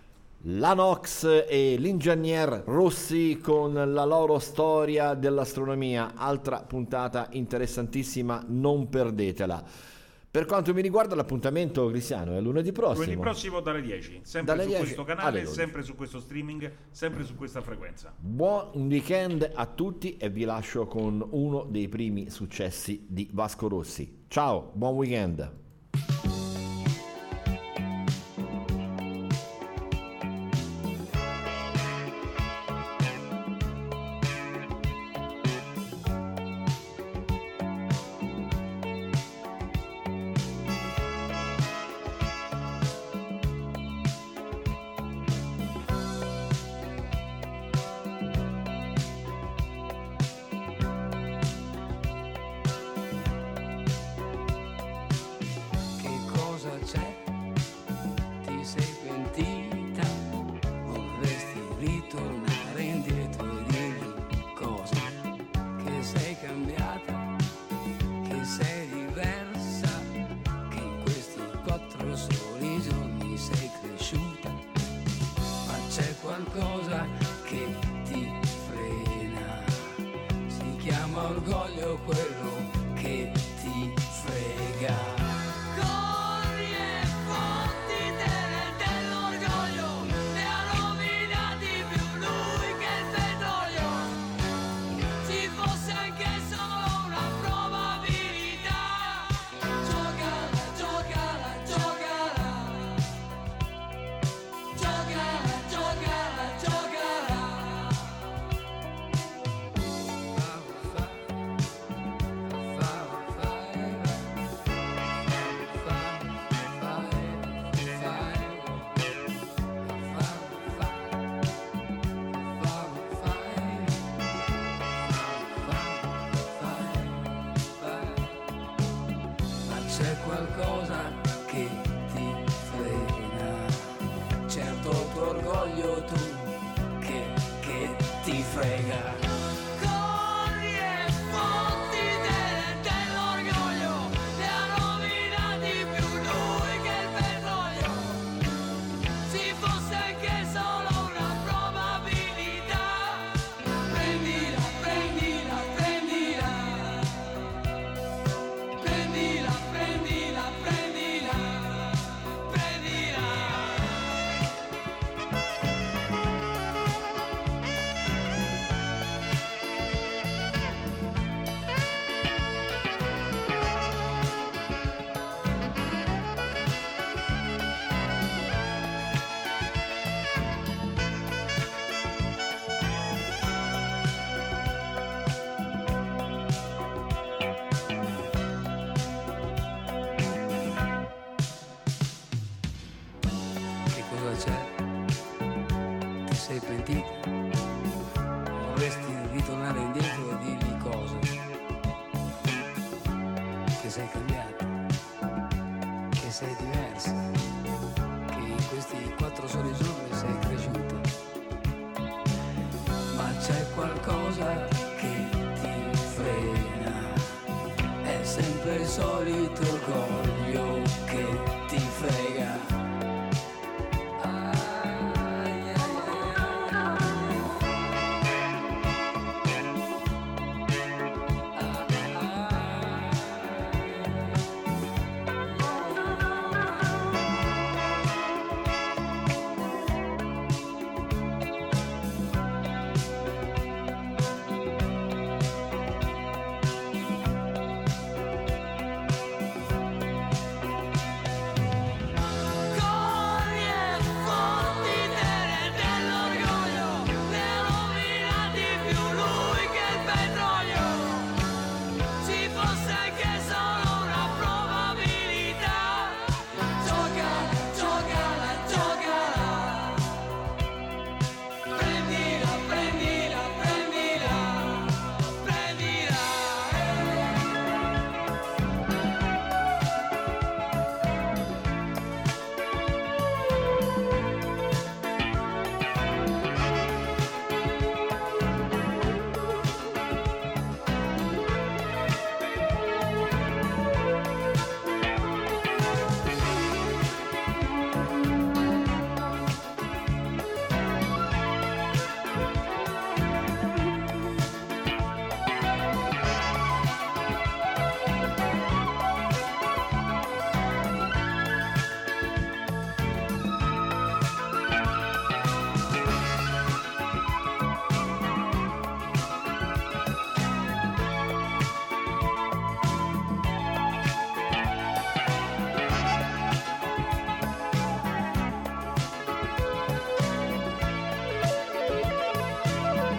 la Nox e l'ingegner Rossi con la loro storia dell'astronomia. Altra puntata interessantissima, non perdetela. Per quanto mi riguarda l'appuntamento, Cristiano, è lunedì prossimo. Lunedì prossimo dalle dieci, sempre Dalle su dieci questo alle canale, dodici. sempre su questo streaming, sempre su questa frequenza. Buon weekend a tutti e vi lascio con uno dei primi successi di Vasco Rossi. Ciao, buon weekend. Che cosa c'è? Ti sei pentita? Vorresti ritornare indietro e dirmi cosa? Che sei cambiata? Che sei diversa? Che in questi quattro soli giorni sei cresciuta? Ma c'è qualcosa che ti frena? Si chiama orgoglio quello che ti frega. Corri e fottitene dell'orgoglio, ne ha rovinati più lui che il petrolio. Ci fosse anche solo una probabilità. Giocala, giocala, giocala. Giocala, giocala, giocala. Fa, fa, fa, fa, fa. c'è qualcosa che ti frena, certo il tuo orgoglio tu che, che ti frega. Vorresti ritornare indietro e dirgli cosa? Che sei cambiata, che sei diversa, che in questi quattro soli giorni sei cresciuta. Ma c'è qualcosa che ti frena, è sempre il solito orgoglio